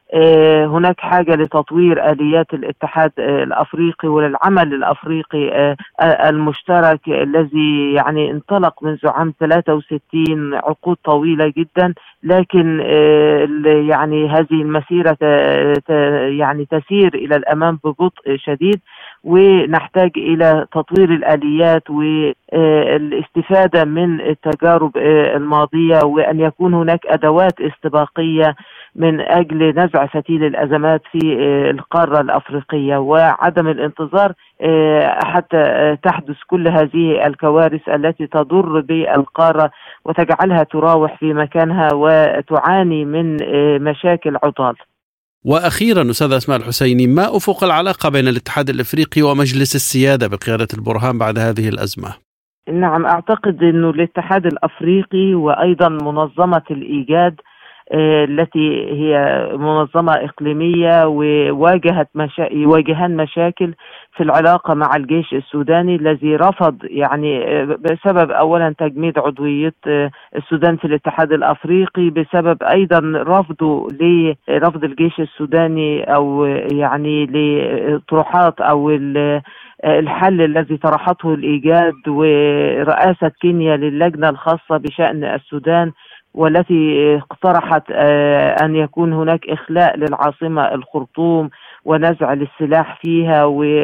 هناك حاجة لتطوير آليات الاتحاد الأفريقي وللعمل الأفريقي المشترك الذي يعني انطلق منذ عام 63، عقود طويلة جدا، لكن يعني هذه المسيرة يعني تسير إلى الأمام ببطء شديد، ونحتاج إلى تطوير الآليات والاستفادة من التجارب الماضية، وأن يكون هناك أدوات استباقية من أجل نزع فتيل الأزمات في القارة الأفريقية، وعدم الانتظار حتى تحدث كل هذه الكوارث التي تضر بالقارة وتجعلها تراوح في مكانها وتعاني من مشاكل عضال. وأخيرا أستاذ أسماء الحسيني، ما أفق العلاقة بين الاتحاد الإفريقي ومجلس السيادة بقيادة البرهان بعد هذه الأزمة؟ نعم، أعتقد أنه الاتحاد الأفريقي وأيضا منظمة الإيجاد التي هي منظمة إقليمية وواجهان مشاكل في العلاقة مع الجيش السوداني الذي رفض يعني بسبب أولا تجميد عضوية السودان في الاتحاد الأفريقي، بسبب أيضا رفض الجيش السوداني أو يعني لطروحات أو الحل الذي طرحته الإيجاد ورئاسة كينيا للجنة الخاصة بشأن السودان، والتي اقترحت أن يكون هناك إخلاء للعاصمة الخرطوم ونزع للسلاح فيها،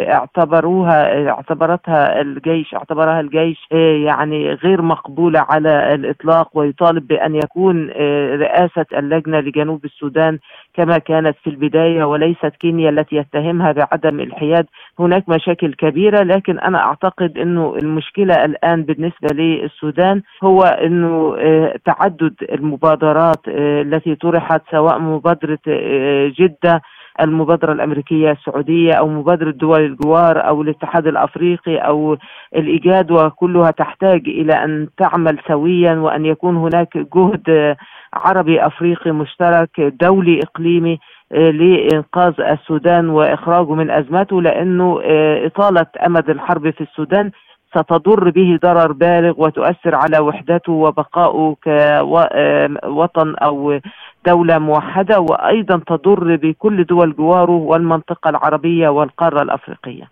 اعتبرها الجيش يعني غير مقبولة على الإطلاق، ويطالب بأن يكون رئاسة اللجنة لجنوب السودان كما كانت في البداية وليست كينيا التي يتهمها بعدم الحياد. هناك مشاكل كبيرة، لكن أنا أعتقد أنه المشكلة الآن بالنسبة للسودان هو أنه تعدد المبادرات التي طرحت، سواء مبادرة جدة، المبادرة الأمريكية السعودية، أو مبادرة دول الجوار، أو الاتحاد الأفريقي، أو الإيجاد، وكلها تحتاج إلى أن تعمل سويا، وأن يكون هناك جهد عربي أفريقي مشترك دولي إقليمي لإنقاذ السودان وإخراجه من أزمته، لأنه إطالة أمد الحرب في السودان ستضر به ضرر بالغ وتؤثر على وحدته وبقائه كوطن أو دولة موحدة، وأيضا تضر بكل دول جواره والمنطقة العربية والقارة الأفريقية.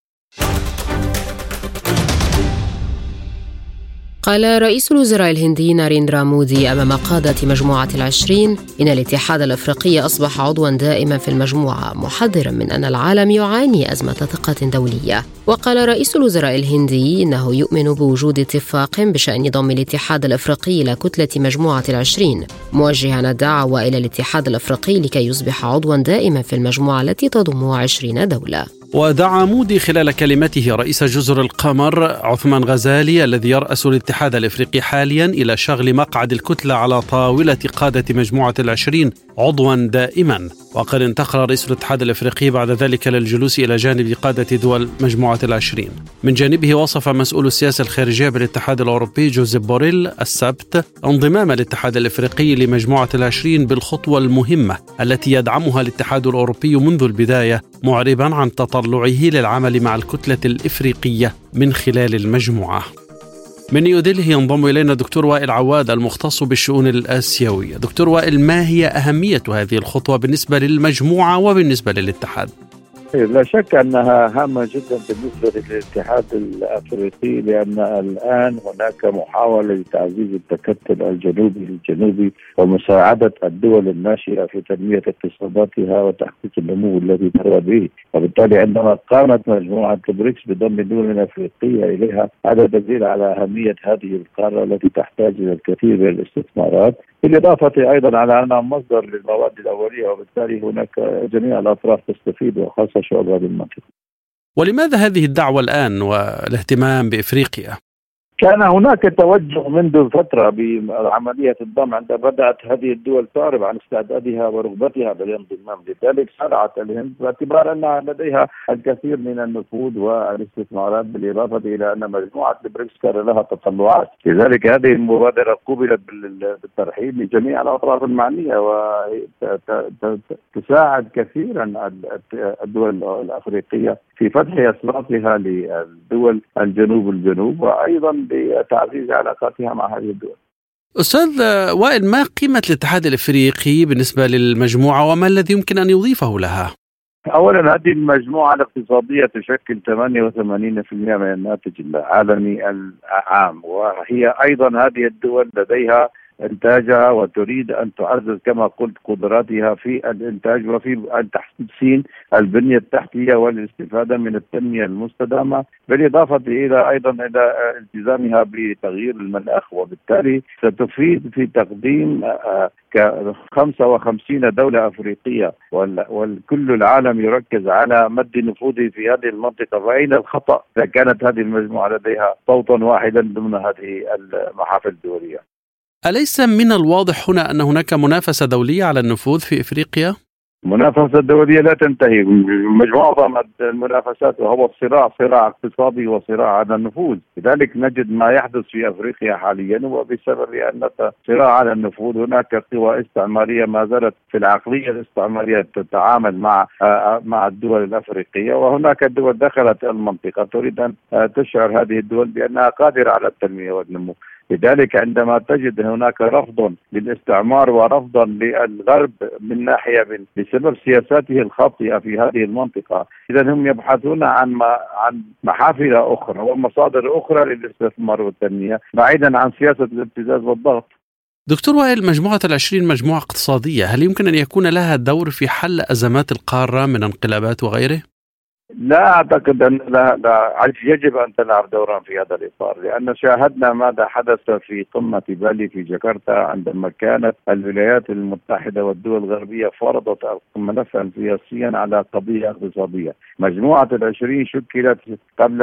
قال رئيس الوزراء الهندي ناريندرا مودي أمام قادة مجموعة ال20 إن الاتحاد الأفريقي أصبح عضوا دائما في المجموعة، محذرا من أن العالم يعاني أزمة ثقة دولية. وقال رئيس الوزراء الهندي إنه يؤمن بوجود اتفاق بشأن ضم الاتحاد الأفريقي إلى كتلة مجموعة ال20، موجها الدعوة إلى الاتحاد الأفريقي لكي يصبح عضوا دائما في المجموعة التي تضم 20 دولة. ودعا مودي خلال كلمته رئيس جزر القمر عثمان غزالي الذي يرأس الاتحاد الإفريقي حاليا إلى شغل مقعد الكتلة على طاولة قادة مجموعة ال20 عضوا دائما. وقد انتقل رئيس الاتحاد الإفريقي بعد ذلك للجلوس إلى جانب قادة دول مجموعة ال20. من جانبه وصف مسؤول السياسة الخارجية بالاتحاد الأوروبي جوزيف بوريل السبت انضمام الاتحاد الإفريقي لمجموعة ال20 بالخطوة المهمة التي يدعمها الاتحاد الأوروبي منذ البداية، معربا عن تطلعه للعمل مع الكتلة الإفريقية من خلال المجموعة. من نيودلهي ينضم إلينا دكتور وائل عواد المختص بالشؤون الآسيوية. دكتور وائل، ما هي أهمية هذه الخطوة بالنسبة للمجموعة وبالنسبة للاتحاد؟ لا شك أنها هامة جدا بالنسبة للاتحاد الأفريقي، لأن الآن هناك محاولة لتعزيز التكتل الجنوبي ومساعدة الدول الناشئة في تنمية اقتصاداتها وتحقيق النمو الذي ترغب به. وبالتالي عندما قامت مجموعة بريكس بضم الدول الأفريقية إليها، هذا دليل على أهمية هذه القارة التي تحتاج إلى الكثير من الاستثمارات، بالإضافة أيضا على أنها مصدر للمواد الأولية، وبالتالي هناك جميع الأطراف تستفيد وخاصة شعوب هذه المنطقة. ولماذا هذه الدعوة الآن والاهتمام بإفريقيا؟ كان هناك توجه منذ فترة بعملية الضم، عندما بدأت هذه الدول تعرب عن استعدادها ورغبتها بالانضمام، لذلك سرعت الهند باعتبار أنها لديها الكثير من النفوذ والاستثمارات، بالإضافة إلى أن مجموعة البريكس كان لها تطلعات. لذلك هذه المبادرة قبلت بالترحيب لجميع الأطراف المعنية، وتساعد كثيرا الدول الأفريقية في فتح أسلاطها للدول الجنوب وأيضا بتعزيز علاقاتها مع هذه الدول. أستاذ وائل، ما قيمة الاتحاد الإفريقي بالنسبة للمجموعة وما الذي يمكن أن يضيفه لها؟ أولا، هذه المجموعة الاقتصادية تشكل 88% من الناتج العالمي العام، وهي أيضا هذه الدول لديها إنتاجها وتريد أن تعزز كما قلت قدراتها في الإنتاج وفي تحسين البنية التحتية والاستفادة من التنمية المستدامة، بالإضافة إلى أيضا إلى التزامها بتغيير المناخ، وبالتالي ستفيد في تقديم 55 دولة أفريقية، والكل العالم يركز على مد نفوذه في هذه المنطقة. فأين الخطأ إذا كانت هذه المجموعة لديها صوتا واحدا ضمن هذه المحافل الدولية؟ أليس من الواضح هنا أن هناك منافسة دولية على النفوذ في إفريقيا؟ المنافسة الدولية لا تنتهي، معظم المنافسات وهو صراع اقتصادي وصراع على النفوذ. لذلك نجد ما يحدث في أفريقيا حاليا، وبسبب أن صراع على النفوذ هناك قوى استعمارية ما زالت في العقلية الاستعمارية تتعامل مع الدول الأفريقية، وهناك دول دخلت المنطقة تريد أن تشعر هذه الدول بأنها قادرة على التنمية والنمو. لذلك عندما تجد هناك رفض للاستعمار ورفضا للغرب من ناحية بسبب سياساته الخاطئة في هذه المنطقة، إذا هم يبحثون عن محافل أخرى ومصادر أخرى للاستثمار والتنمية بعيدا عن سياسة الابتزاز والضغط. دكتور وائل، مجموعة ال20 مجموعة اقتصادية، هل يمكن أن يكون لها دور في حل أزمات القارة من انقلابات وغيره؟ لا أعتقد أن يجب أن تلعب دورا في هذا الإطار، لأن شاهدنا ماذا حدث في قمة بالي في جاكرتا عندما كانت الولايات المتحدة والدول الغربية فرضت ملفا سياسيا على قضية اقتصادية. مجموعة ال20 شكلت قبل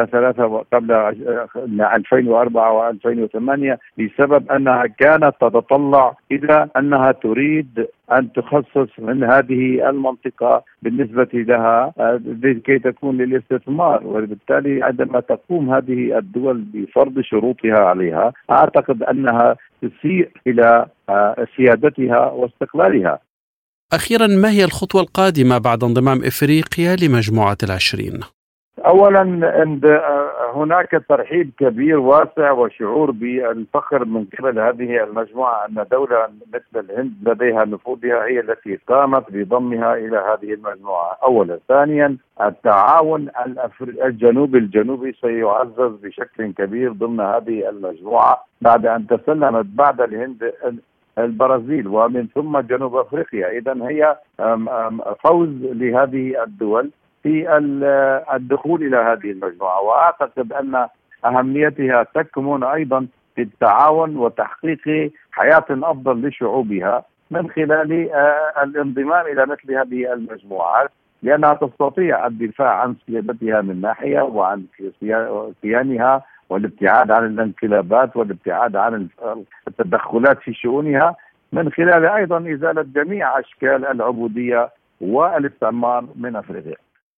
2004 و2008 بسبب أنها كانت تتطلع إلى أنها تريد أن تخصص من هذه المنطقة بالنسبة لها لكي تكون للاستثمار، وبالتالي عندما تقوم هذه الدول بفرض شروطها عليها أعتقد أنها تسيء إلى سيادتها واستقلالها. أخيرا، ما هي الخطوة القادمة بعد انضمام إفريقيا لمجموعة ال20؟ أولا، هناك ترحيب كبير واسع وشعور بالفخر من قبل هذه المجموعة أن دولة مثل الهند لديها نفوذها هي التي قامت بضمها إلى هذه المجموعة. أولا. ثانيا، التعاون الجنوبي سيعزز بشكل كبير ضمن هذه المجموعة بعد أن تسلمت بعد الهند البرازيل ومن ثم جنوب أفريقيا. إذن هي فوز لهذه الدول في الدخول إلى هذه المجموعة، وأعتقد أن أهميتها تكمن أيضا في التعاون وتحقيق حياة أفضل لشعوبها من خلال الانضمام إلى مثل هذه المجموعات، لأنها تستطيع الدفاع عن سيادتها من ناحية وعن كيانها والابتعاد عن الانقلابات والابتعاد عن التدخلات في شؤونها، من خلال أيضا إزالة جميع أشكال العبودية والاستعمار من أفريقيا.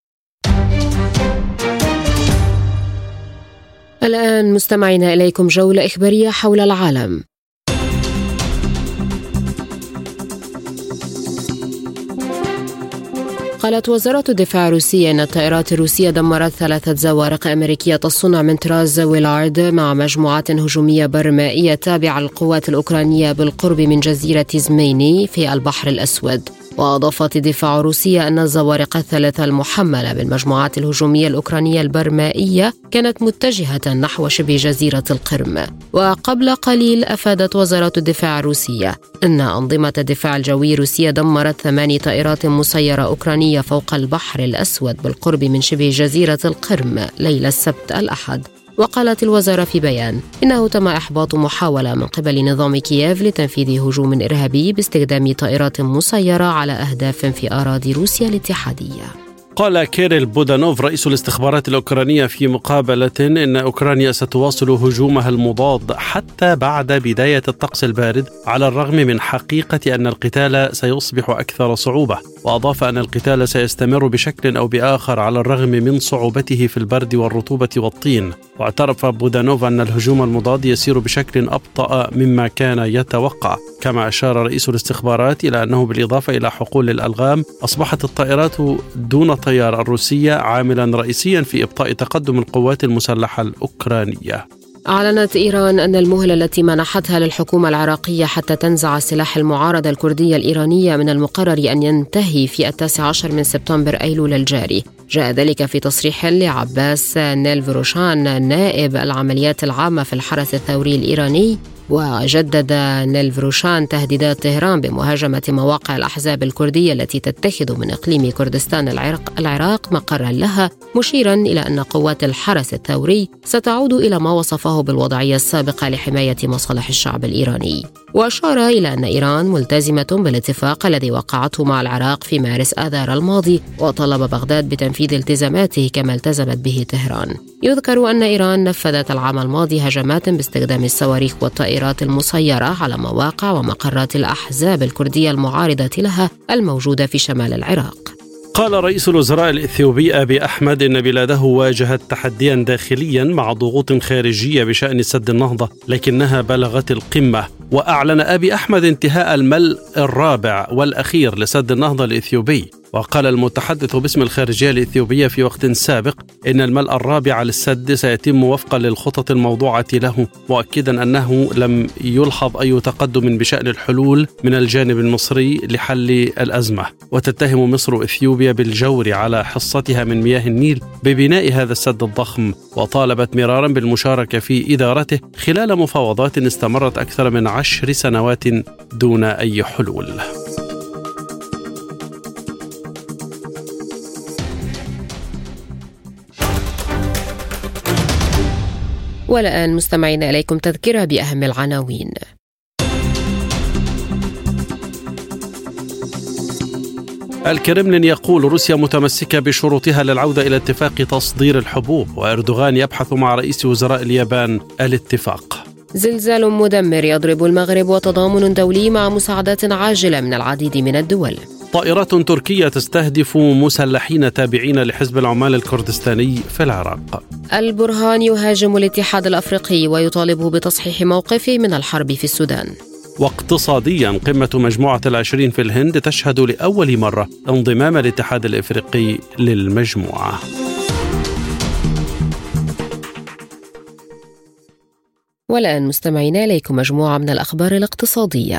الآن مستمعين إليكم جولة إخبارية حول العالم. قالت وزارة الدفاع الروسية أن الطائرات الروسية دمرت 3 زوارق أمريكية الصنع من طراز ويلارد مع مجموعات هجومية برمائية تابعة للقوات الأوكرانية بالقرب من جزيرة زميني في البحر الأسود. وأضافت الدفاع الروسية أن الزوارق الثلاثة المحملة بالمجموعات الهجومية الأوكرانية البرمائية كانت متجهة نحو شبه جزيرة القرم. وقبل قليل أفادت وزارة الدفاع الروسية أن أنظمة الدفاع الجوي الروسية دمرت 8 طائرات مسيرة أوكرانية فوق البحر الأسود بالقرب من شبه جزيرة القرم ليلة السبت الأحد. وقالت الوزارة في بيان إنه تم إحباط محاولة من قبل نظام كييف لتنفيذ هجوم إرهابي باستخدام طائرات مسيرة على أهداف في أراضي روسيا الاتحادية. قال كيريل بودانوف رئيس الاستخبارات الأوكرانية في مقابلة إن أوكرانيا ستواصل هجومها المضاد حتى بعد بداية الطقس البارد، على الرغم من حقيقة أن القتال سيصبح أكثر صعوبة. وأضاف أن القتال سيستمر بشكل أو بآخر على الرغم من صعوبته في البرد والرطوبة والطين. واعترف بودانوف أن الهجوم المضاد يسير بشكل أبطأ مما كان يتوقع. كما أشار رئيس الاستخبارات إلى أنه بالإضافة إلى حقول الألغام أصبحت الطائرات دون طيار الروسية عاملا رئيسيا في إبطاء تقدم القوات المسلحة الأوكرانية. أعلنت إيران أن المهلة التي منحتها للحكومة العراقية حتى تنزع سلاح المعارضة الكردية الإيرانية من المقرر أن ينتهي في 19 من سبتمبر أيلول الجاري. جاء ذلك في تصريح لعباس نيلفروشان نائب العمليات العامة في الحرس الثوري الإيراني. وجدد نيلفروشان تهديدات طهران بمهاجمة مواقع الأحزاب الكردية التي تتخذ من إقليم كردستان العراق مقرا لها، مشيرا إلى أن قوات الحرس الثوري ستعود إلى ما وصفه بالوضعية السابقة لحماية مصالح الشعب الإيراني. وأشار إلى أن إيران ملتزمة بالاتفاق الذي وقعته مع العراق في مارس آذار الماضي، وطلب بغداد بتنفيذ التزاماته كما التزمت به طهران. يذكر أن إيران نفذت العام الماضي هجمات باستخدام الصواريخ والطائرات المسيرة على مواقع ومقرات الأحزاب الكردية المعارضة لها الموجودة في شمال العراق. قال رئيس الوزراء الإثيوبي أبي أحمد إن بلاده واجهت تحديا داخليا مع ضغوط خارجية بشأن سد النهضة لكنها بلغت القمة. وأعلن أبي أحمد انتهاء الملء الرابع والأخير لسد النهضة الإثيوبي. وقال المتحدث باسم الخارجية الإثيوبية في وقت سابق إن الملء الرابع للسد سيتم وفقا للخطط الموضوعة له، مؤكدا أنه لم يلحظ أي تقدم بشأن الحلول من الجانب المصري لحل الأزمة. وتتهم مصر إثيوبيا بالجور على حصتها من مياه النيل ببناء هذا السد الضخم، وطالبت مرارا بالمشاركة في إدارته خلال مفاوضات استمرت أكثر من 10 سنوات دون أي حلول. والآن مستمعين إليكم تذكرة بأهم العناوين. الكرملين يقول روسيا متمسكة بشروطها للعودة إلى اتفاق تصدير الحبوب، وأردوغان يبحث مع رئيس وزراء اليابان الاتفاق. زلزال مدمر يضرب المغرب وتضامن دولي مع مساعدات عاجلة من العديد من الدول. طائرات تركية تستهدف مسلحين تابعين لحزب العمال الكردستاني في العراق. البرهان يهاجم الاتحاد الأفريقي ويطالبه بتصحيح موقفه من الحرب في السودان. واقتصاديا قمة مجموعة 20 في الهند تشهد لأول مرة انضمام الاتحاد الأفريقي للمجموعة. والآن مستمعين إليكم مجموعة من الأخبار الاقتصادية.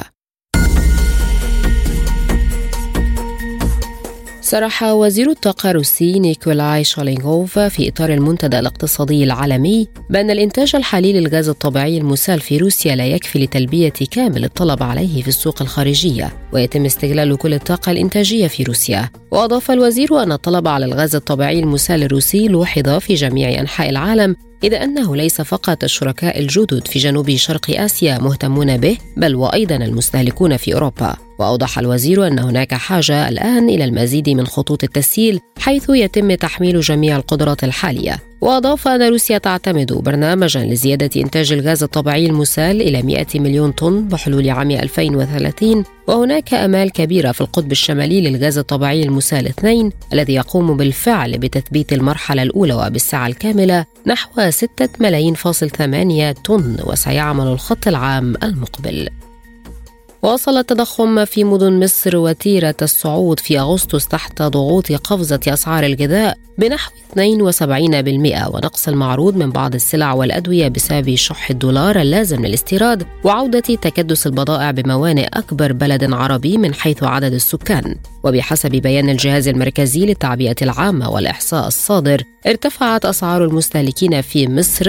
صرح وزير الطاقة الروسي نيكولاي شالينغوف في إطار المنتدى الاقتصادي العالمي بأن الإنتاج الحالي للغاز الطبيعي المسال في روسيا لا يكفي لتلبية كامل الطلب عليه في السوق الخارجية، ويتم استغلال كل الطاقة الإنتاجية في روسيا. وأضاف الوزير أن الطلب على الغاز الطبيعي المسال الروسي لوحظ في جميع أنحاء العالم، إذ أنه ليس فقط الشركاء الجدد في جنوب شرق آسيا مهتمون به، بل وأيضا المستهلكون في أوروبا. وأوضح الوزير أن هناك حاجة الآن إلى المزيد من خطوط التسييل حيث يتم تحميل جميع القدرات الحالية. وأضاف أن روسيا تعتمد برنامجا لزيادة إنتاج الغاز الطبيعي المسال إلى 100 مليون طن بحلول عام 2030، وهناك آمال كبيرة في القطب الشمالي للغاز الطبيعي المسال 2 الذي يقوم بالفعل بتثبيت المرحلة الأولى وبالسعة الكاملة نحو 6 ملايين فاصل 8 طن، وسيعمل الخط العام المقبل. واصل التضخم في مدن مصر وتيرة الصعود في أغسطس تحت ضغوط قفزة أسعار الغذاء بنحو 72%، ونقص المعروض من بعض السلع والأدوية بسبب شح الدولار اللازم للاستيراد وعودة تكدس البضائع بموانئ أكبر بلد عربي من حيث عدد السكان. وبحسب بيان الجهاز المركزي للتعبئة العامة والإحصاء الصادر، ارتفعت أسعار المستهلكين في مصر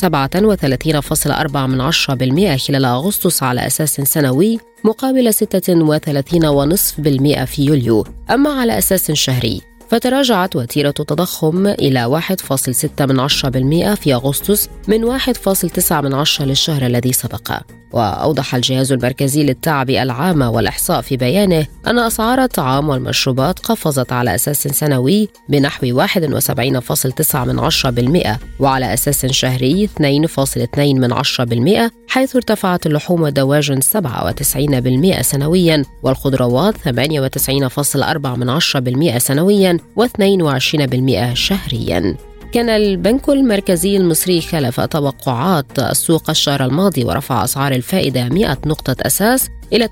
37.4% خلال أغسطس على أساس سنوي، مقابل 36.5% في يوليو. أما على أساس شهري فتراجعت وتيرة التضخم إلى 1.6% في أغسطس من 1.9% للشهر الذي سبق. وأوضح الجهاز المركزي للتعبئة العامة والإحصاء في بيانه أن أسعار الطعام والمشروبات قفزت على أساس سنوي بنحو 71.9%، وعلى أساس شهري 2.2%، حيث ارتفعت اللحوم والدواجن 97% سنويا، والخضروات 98.4% سنويا و22% شهريا. كان البنك المركزي المصري خلف توقعات السوق الشهر الماضي ورفع أسعار الفائدة 100 نقطة أساس إلى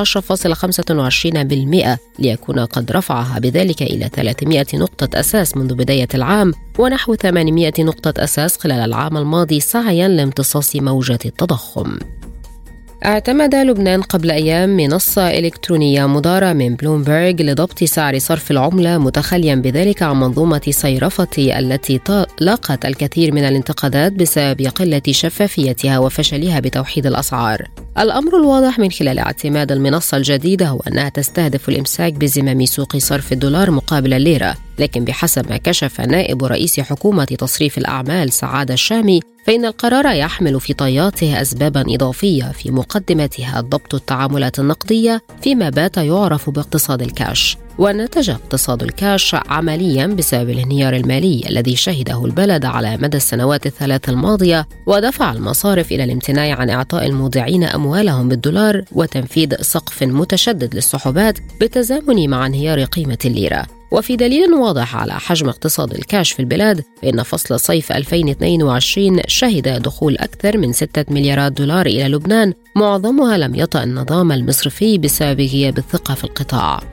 19.25%، ليكون قد رفعها بذلك إلى 300 نقطة أساس منذ بداية العام ونحو 800 نقطة أساس خلال العام الماضي سعياً لامتصاص موجة التضخم. اعتمد لبنان قبل أيام منصة إلكترونية مدارة من بلومبرغ لضبط سعر صرف العملة، متخليا بذلك عن منظومة صيرفة التي لاقت الكثير من الانتقادات بسبب قلة شفافيتها وفشلها بتوحيد الأسعار. الأمر الواضح من خلال اعتماد المنصة الجديدة هو أنها تستهدف الإمساك بزمام سوق صرف الدولار مقابل الليرة، لكن بحسب ما كشف نائب رئيس حكومة تصريف الأعمال سعادة الشامي فإن القرار يحمل في طياته أسباباً إضافية في مقدمتها ضبط التعاملات النقدية فيما بات يعرف باقتصاد الكاش. ونتج اقتصاد الكاش عملياً بسبب الانهيار المالي الذي شهده البلد على مدى السنوات الثلاث الماضية، ودفع المصارف إلى الامتناع عن إعطاء المودعين أموالهم بالدولار وتنفيذ سقف متشدد للسحوبات بالتزامن مع انهيار قيمة الليرة. وفي دليل واضح على حجم اقتصاد الكاش في البلاد، فإن فصل صيف 2022 شهد دخول أكثر من 6 مليارات دولار إلى لبنان، معظمها لم يطأ النظام المصرفي بسبب غياب الثقة في القطاع.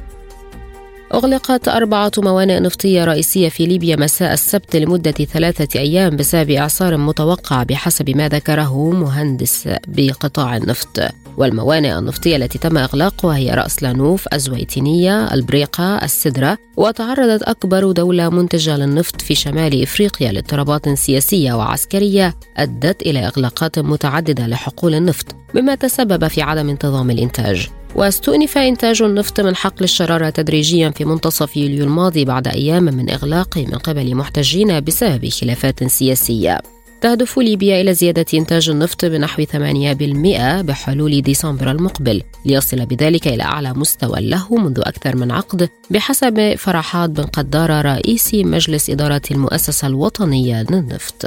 أغلقت 4 موانئ نفطية رئيسية في ليبيا مساء السبت لمدة 3 أيام بسبب إعصار متوقع بحسب ما ذكره مهندس بقطاع النفط. والموانئ النفطية التي تم إغلاقها هي رأس لانوف، الزويتينية، البريقة، السدرة. وتعرضت أكبر دولة منتجة للنفط في شمال إفريقيا لاضطرابات سياسية وعسكرية أدت إلى إغلاقات متعددة لحقول النفط، مما تسبب في عدم انتظام الإنتاج. واستؤنف إنتاج النفط من حقل الشرارة تدريجيا في منتصف يوليو الماضي بعد أيام من إغلاقه من قبل محتجين بسبب خلافات سياسية. تهدف ليبيا إلى زيادة إنتاج النفط بنحو 8% بحلول ديسمبر المقبل، ليصل بذلك إلى أعلى مستوى له منذ أكثر من عقد بحسب فرحات بن قدارة رئيس مجلس إدارة المؤسسة الوطنية للنفط.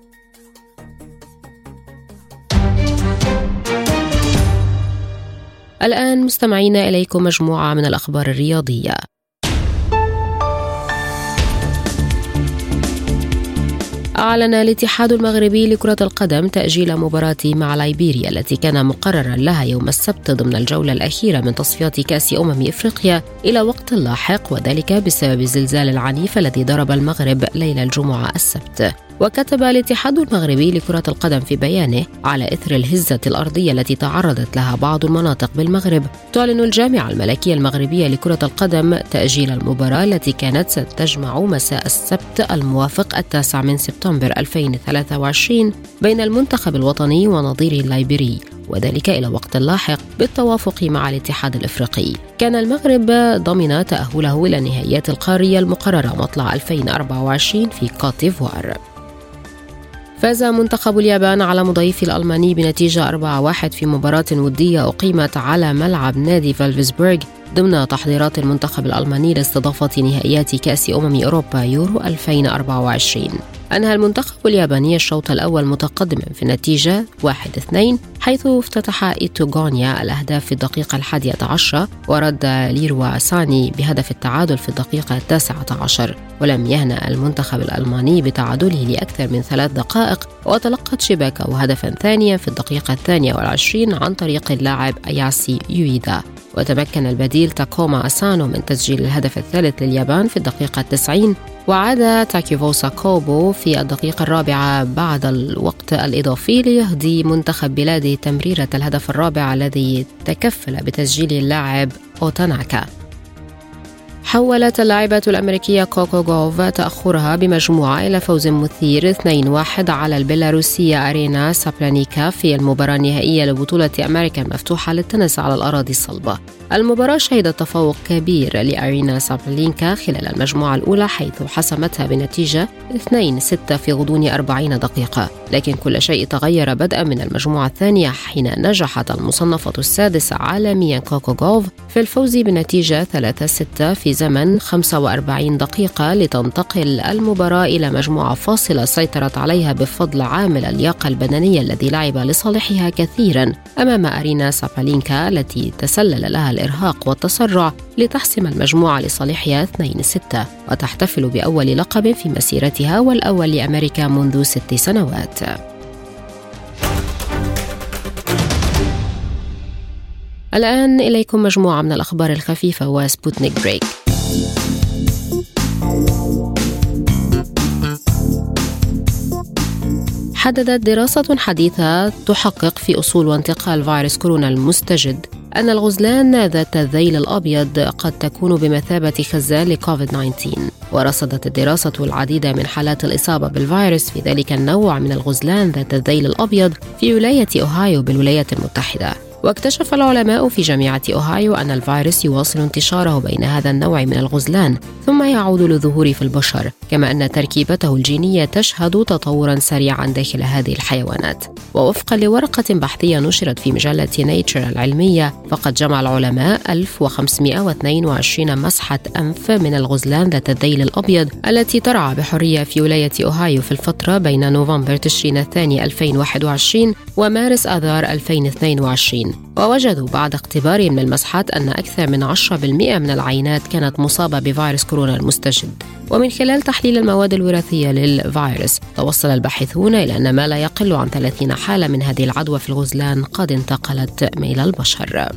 الآن مستمعين إليكم مجموعة من الأخبار الرياضية. أعلن الاتحاد المغربي لكرة القدم تأجيل مباراة مع ليبيريا التي كان مقررا لها يوم السبت ضمن الجولة الأخيرة من تصفيات كأس إفريقيا إلى وقت لاحق، وذلك بسبب الزلزال العنيف الذي ضرب المغرب ليلة الجمعة السبت. وكتب الاتحاد المغربي لكرة القدم في بيانه: على إثر الهزة الأرضية التي تعرضت لها بعض المناطق بالمغرب، تعلن الجامعة الملكية المغربية لكرة القدم تأجيل المباراة التي كانت ستجمع مساء السبت الموافق 9 سبتمبر 2023 بين المنتخب الوطني ونظيره الليبيري، وذلك إلى وقت لاحق بالتوافق مع الاتحاد الإفريقي. كان المغرب ضمن تأهله إلى نهائيات القارية المقررة مطلع 2024 في كوت ديفوار. فاز منتخب اليابان على مضيف الألماني بنتيجة 4-1 في مباراة ودية أقيمت على ملعب نادي فالفسبورغ ضمن تحضيرات المنتخب الألماني لاستضافة نهائيات كأس أوروبا يورو 2024. أنهى المنتخب الياباني الشوط الأول متقدما في النتيجة 1-2، حيث افتتح إيتوغونيا الأهداف في الدقيقة 11 ورد ليروا ساني بهدف التعادل في الدقيقة 19، ولم يهنأ المنتخب الألماني بتعادله لأكثر من 3 دقائق، وتلقت شباكه هدفا ثانيا في الدقيقة 22 عن طريق اللاعب أياسي يويدا. وتمكن البديل تاكوما أسانو من تسجيل الهدف الثالث لليابان في الدقيقة 90، وعاد تاكيفوسا كوبو في الدقيقة 4 بعد الوقت الإضافي ليهدي منتخب بلاده تمريرة الهدف الرابع الذي تكفل بتسجيل اللاعب أوتاناكا. حولت اللاعبة الأمريكية كوكو غوف تأخرها بمجموعة إلى فوز مثير 2-1 على البيلاروسية أرينا سابلانيكا في المباراة النهائية لبطولة أمريكا المفتوحة للتنس على الأراضي الصلبة. المباراة شهدت تفوق كبير لأرينا سابلانيكا خلال المجموعة الأولى، حيث حسمتها بنتيجة 2-6 في غضون 40 دقيقة، لكن كل شيء تغير بدءا من المجموعة الثانية حين نجحت المصنفة السادسة عالميا كوكو غوف في الفوز بنتيجة 3-6 في زمن 45 دقيقة لتنتقل المباراة إلى مجموعة فاصلة سيطرت عليها بفضل عامل اللياقة البدنية الذي لعب لصالحها كثيرا أمام أرينا سابالينكا التي تسلل لها الإرهاق والتسرع لتحسم المجموعة لصالحها 2-6 وتحتفل بأول لقب في مسيرتها والأول لأمريكا منذ 6 سنوات. الآن إليكم مجموعة من الأخبار الخفيفة وسبوتنيك بريك. حددت دراسة حديثة تحقق في أصول وانتقال فيروس كورونا المستجد أن الغزلان ذات الذيل الأبيض قد تكون بمثابة خزان لكوفيد-19. ورصدت الدراسة العديد من حالات الإصابة بالفيروس في ذلك النوع من الغزلان ذات الذيل الأبيض في ولاية أوهايو بالولايات المتحدة. واكتشف العلماء في جامعة أوهايو أن الفيروس يواصل انتشاره بين هذا النوع من الغزلان ثم يعود للظهور في البشر، كما أن تركيبته الجينية تشهد تطوراً سريعاً داخل هذه الحيوانات. ووفقاً لورقة بحثية نشرت في مجلة نيتشر العلمية، فقد جمع العلماء 1522 مسحة أنف من الغزلان ذات الذيل الأبيض التي ترعى بحرية في ولاية أوهايو في الفترة بين نوفمبر تشرين الثاني 2021 ومارس آذار 2022. ووجدوا بعد اختبارهم من المسحات أن أكثر من 10% من العينات كانت مصابة بفيروس كورونا المستجد. ومن خلال تحليل المواد الوراثية للفيروس توصل الباحثون إلى أن ما لا يقل عن 30 حالة من هذه العدوى في الغزلان قد انتقلت إلى البشر.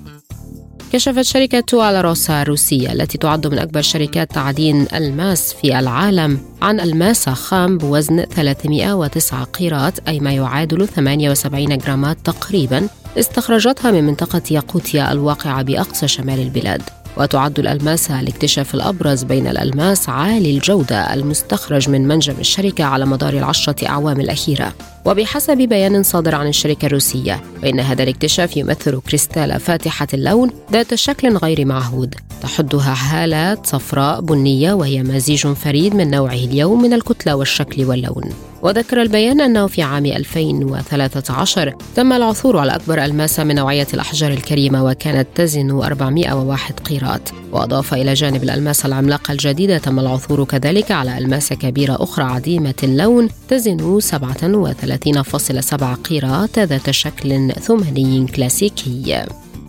كشفت شركة توالروسا الروسية التي تعد من أكبر شركات تعدين الماس في العالم عن الماس خام بوزن 309 قيراط، أي ما يعادل 78 جرامات تقريبا، استخرجتها من منطقة ياقوتيا الواقعة بأقصى شمال البلاد. وتعد الألماس الاكتشاف الأبرز بين الألماس عالي الجودة المستخرج من منجم الشركة على مدار 10 أعوام الأخيرة. وبحسب بيان صادر عن الشركة الروسية، فإن هذا الاكتشاف يمثل كريستالة فاتحة اللون ذات شكل غير معهود تحدها هالات صفراء بنية، وهي مزيج فريد من نوعه اليوم من الكتلة والشكل واللون. وذكر البيان أنه في عام 2013 تم العثور على أكبر ألماسة من نوعية الأحجار الكريمة وكانت تزن 401 قيراط. وأضاف إلى جانب الألماسة العملاقة الجديدة تم العثور كذلك على ألماسة كبيرة أخرى عديمة اللون تزن 37.7 قيراط ذات شكل ثماني كلاسيكي.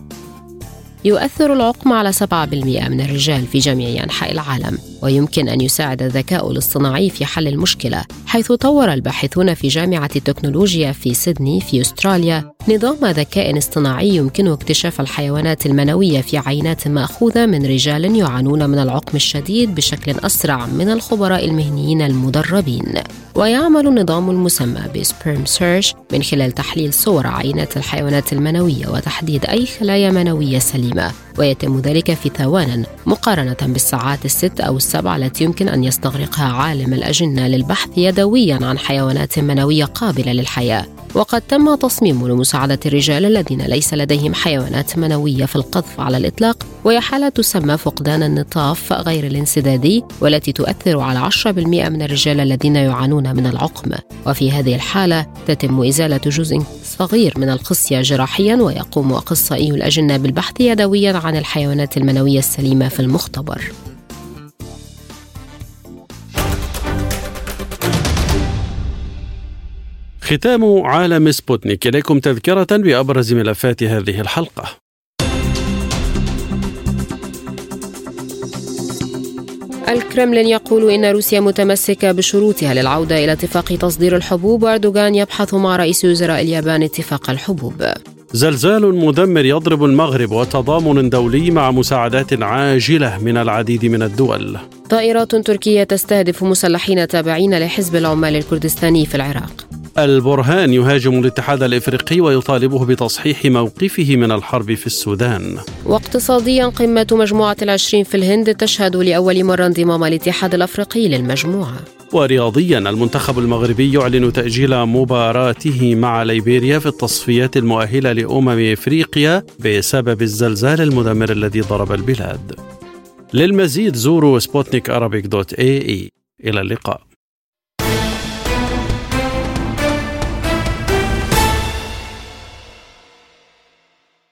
يؤثر العقم على 7% من الرجال في جميع أنحاء العالم، ويمكن أن يساعد الذكاء الاصطناعي في حل المشكلة، حيث طور الباحثون في جامعة التكنولوجيا في سيدني في أستراليا نظام ذكاء اصطناعي يمكنه اكتشاف الحيوانات المنوية في عينات مأخوذة من رجال يعانون من العقم الشديد بشكل أسرع من الخبراء المهنيين المدربين. ويعمل النظام المسمى بسبيرم سيرش من خلال تحليل صور عينات الحيوانات المنوية وتحديد أي خلايا منوية سليمة، ويتم ذلك في ثوان مقارنة بالساعات 6 أو 7 التي يمكن أن يستغرقها عالم الأجنة للبحث يدويا عن حيوانات منوية قابلة للحياة. وقد تم تصميمه لمساعدة الرجال الذين ليس لديهم حيوانات منوية في القذف على الإطلاق، وهي حالة تسمى فقدان النطاف غير الانسدادي، والتي تؤثر على 10% من الرجال الذين يعانون من العقم. وفي هذه الحالة تتم إزالة جزء صغير من الخصية جراحيا، ويقوم أخصائي الأجنة بالبحث يدويا عن الحيوانات المنوية السليمة في المختبر. ختام عالم سبوتنيك، إليكم تذكرة بأبرز ملفات هذه الحلقة. الكرملين يقول إن روسيا متمسكة بشروطها للعودة إلى اتفاق تصدير الحبوب، وأردوغان يبحث مع رئيس وزراء اليابان اتفاق الحبوب. زلزال مدمر يضرب المغرب وتضامن دولي مع مساعدات عاجلة من العديد من الدول. طائرات تركية تستهدف مسلحين تابعين لحزب العمال الكردستاني في العراق. البرهان يهاجم الاتحاد الإفريقي ويطالبه بتصحيح موقفه من الحرب في السودان. واقتصاديا، قمة مجموعة ال20 في الهند تشهد لأول مرة انضمام الاتحاد الأفريقي للمجموعة. ورياضيا، المنتخب المغربي يعلن تأجيل مباراته مع ليبيريا في التصفيات المؤهلة لأمم إفريقيا بسبب الزلزال المدمر الذي ضرب البلاد. للمزيد زوروا sputnikarabic.ae. إلى اللقاء.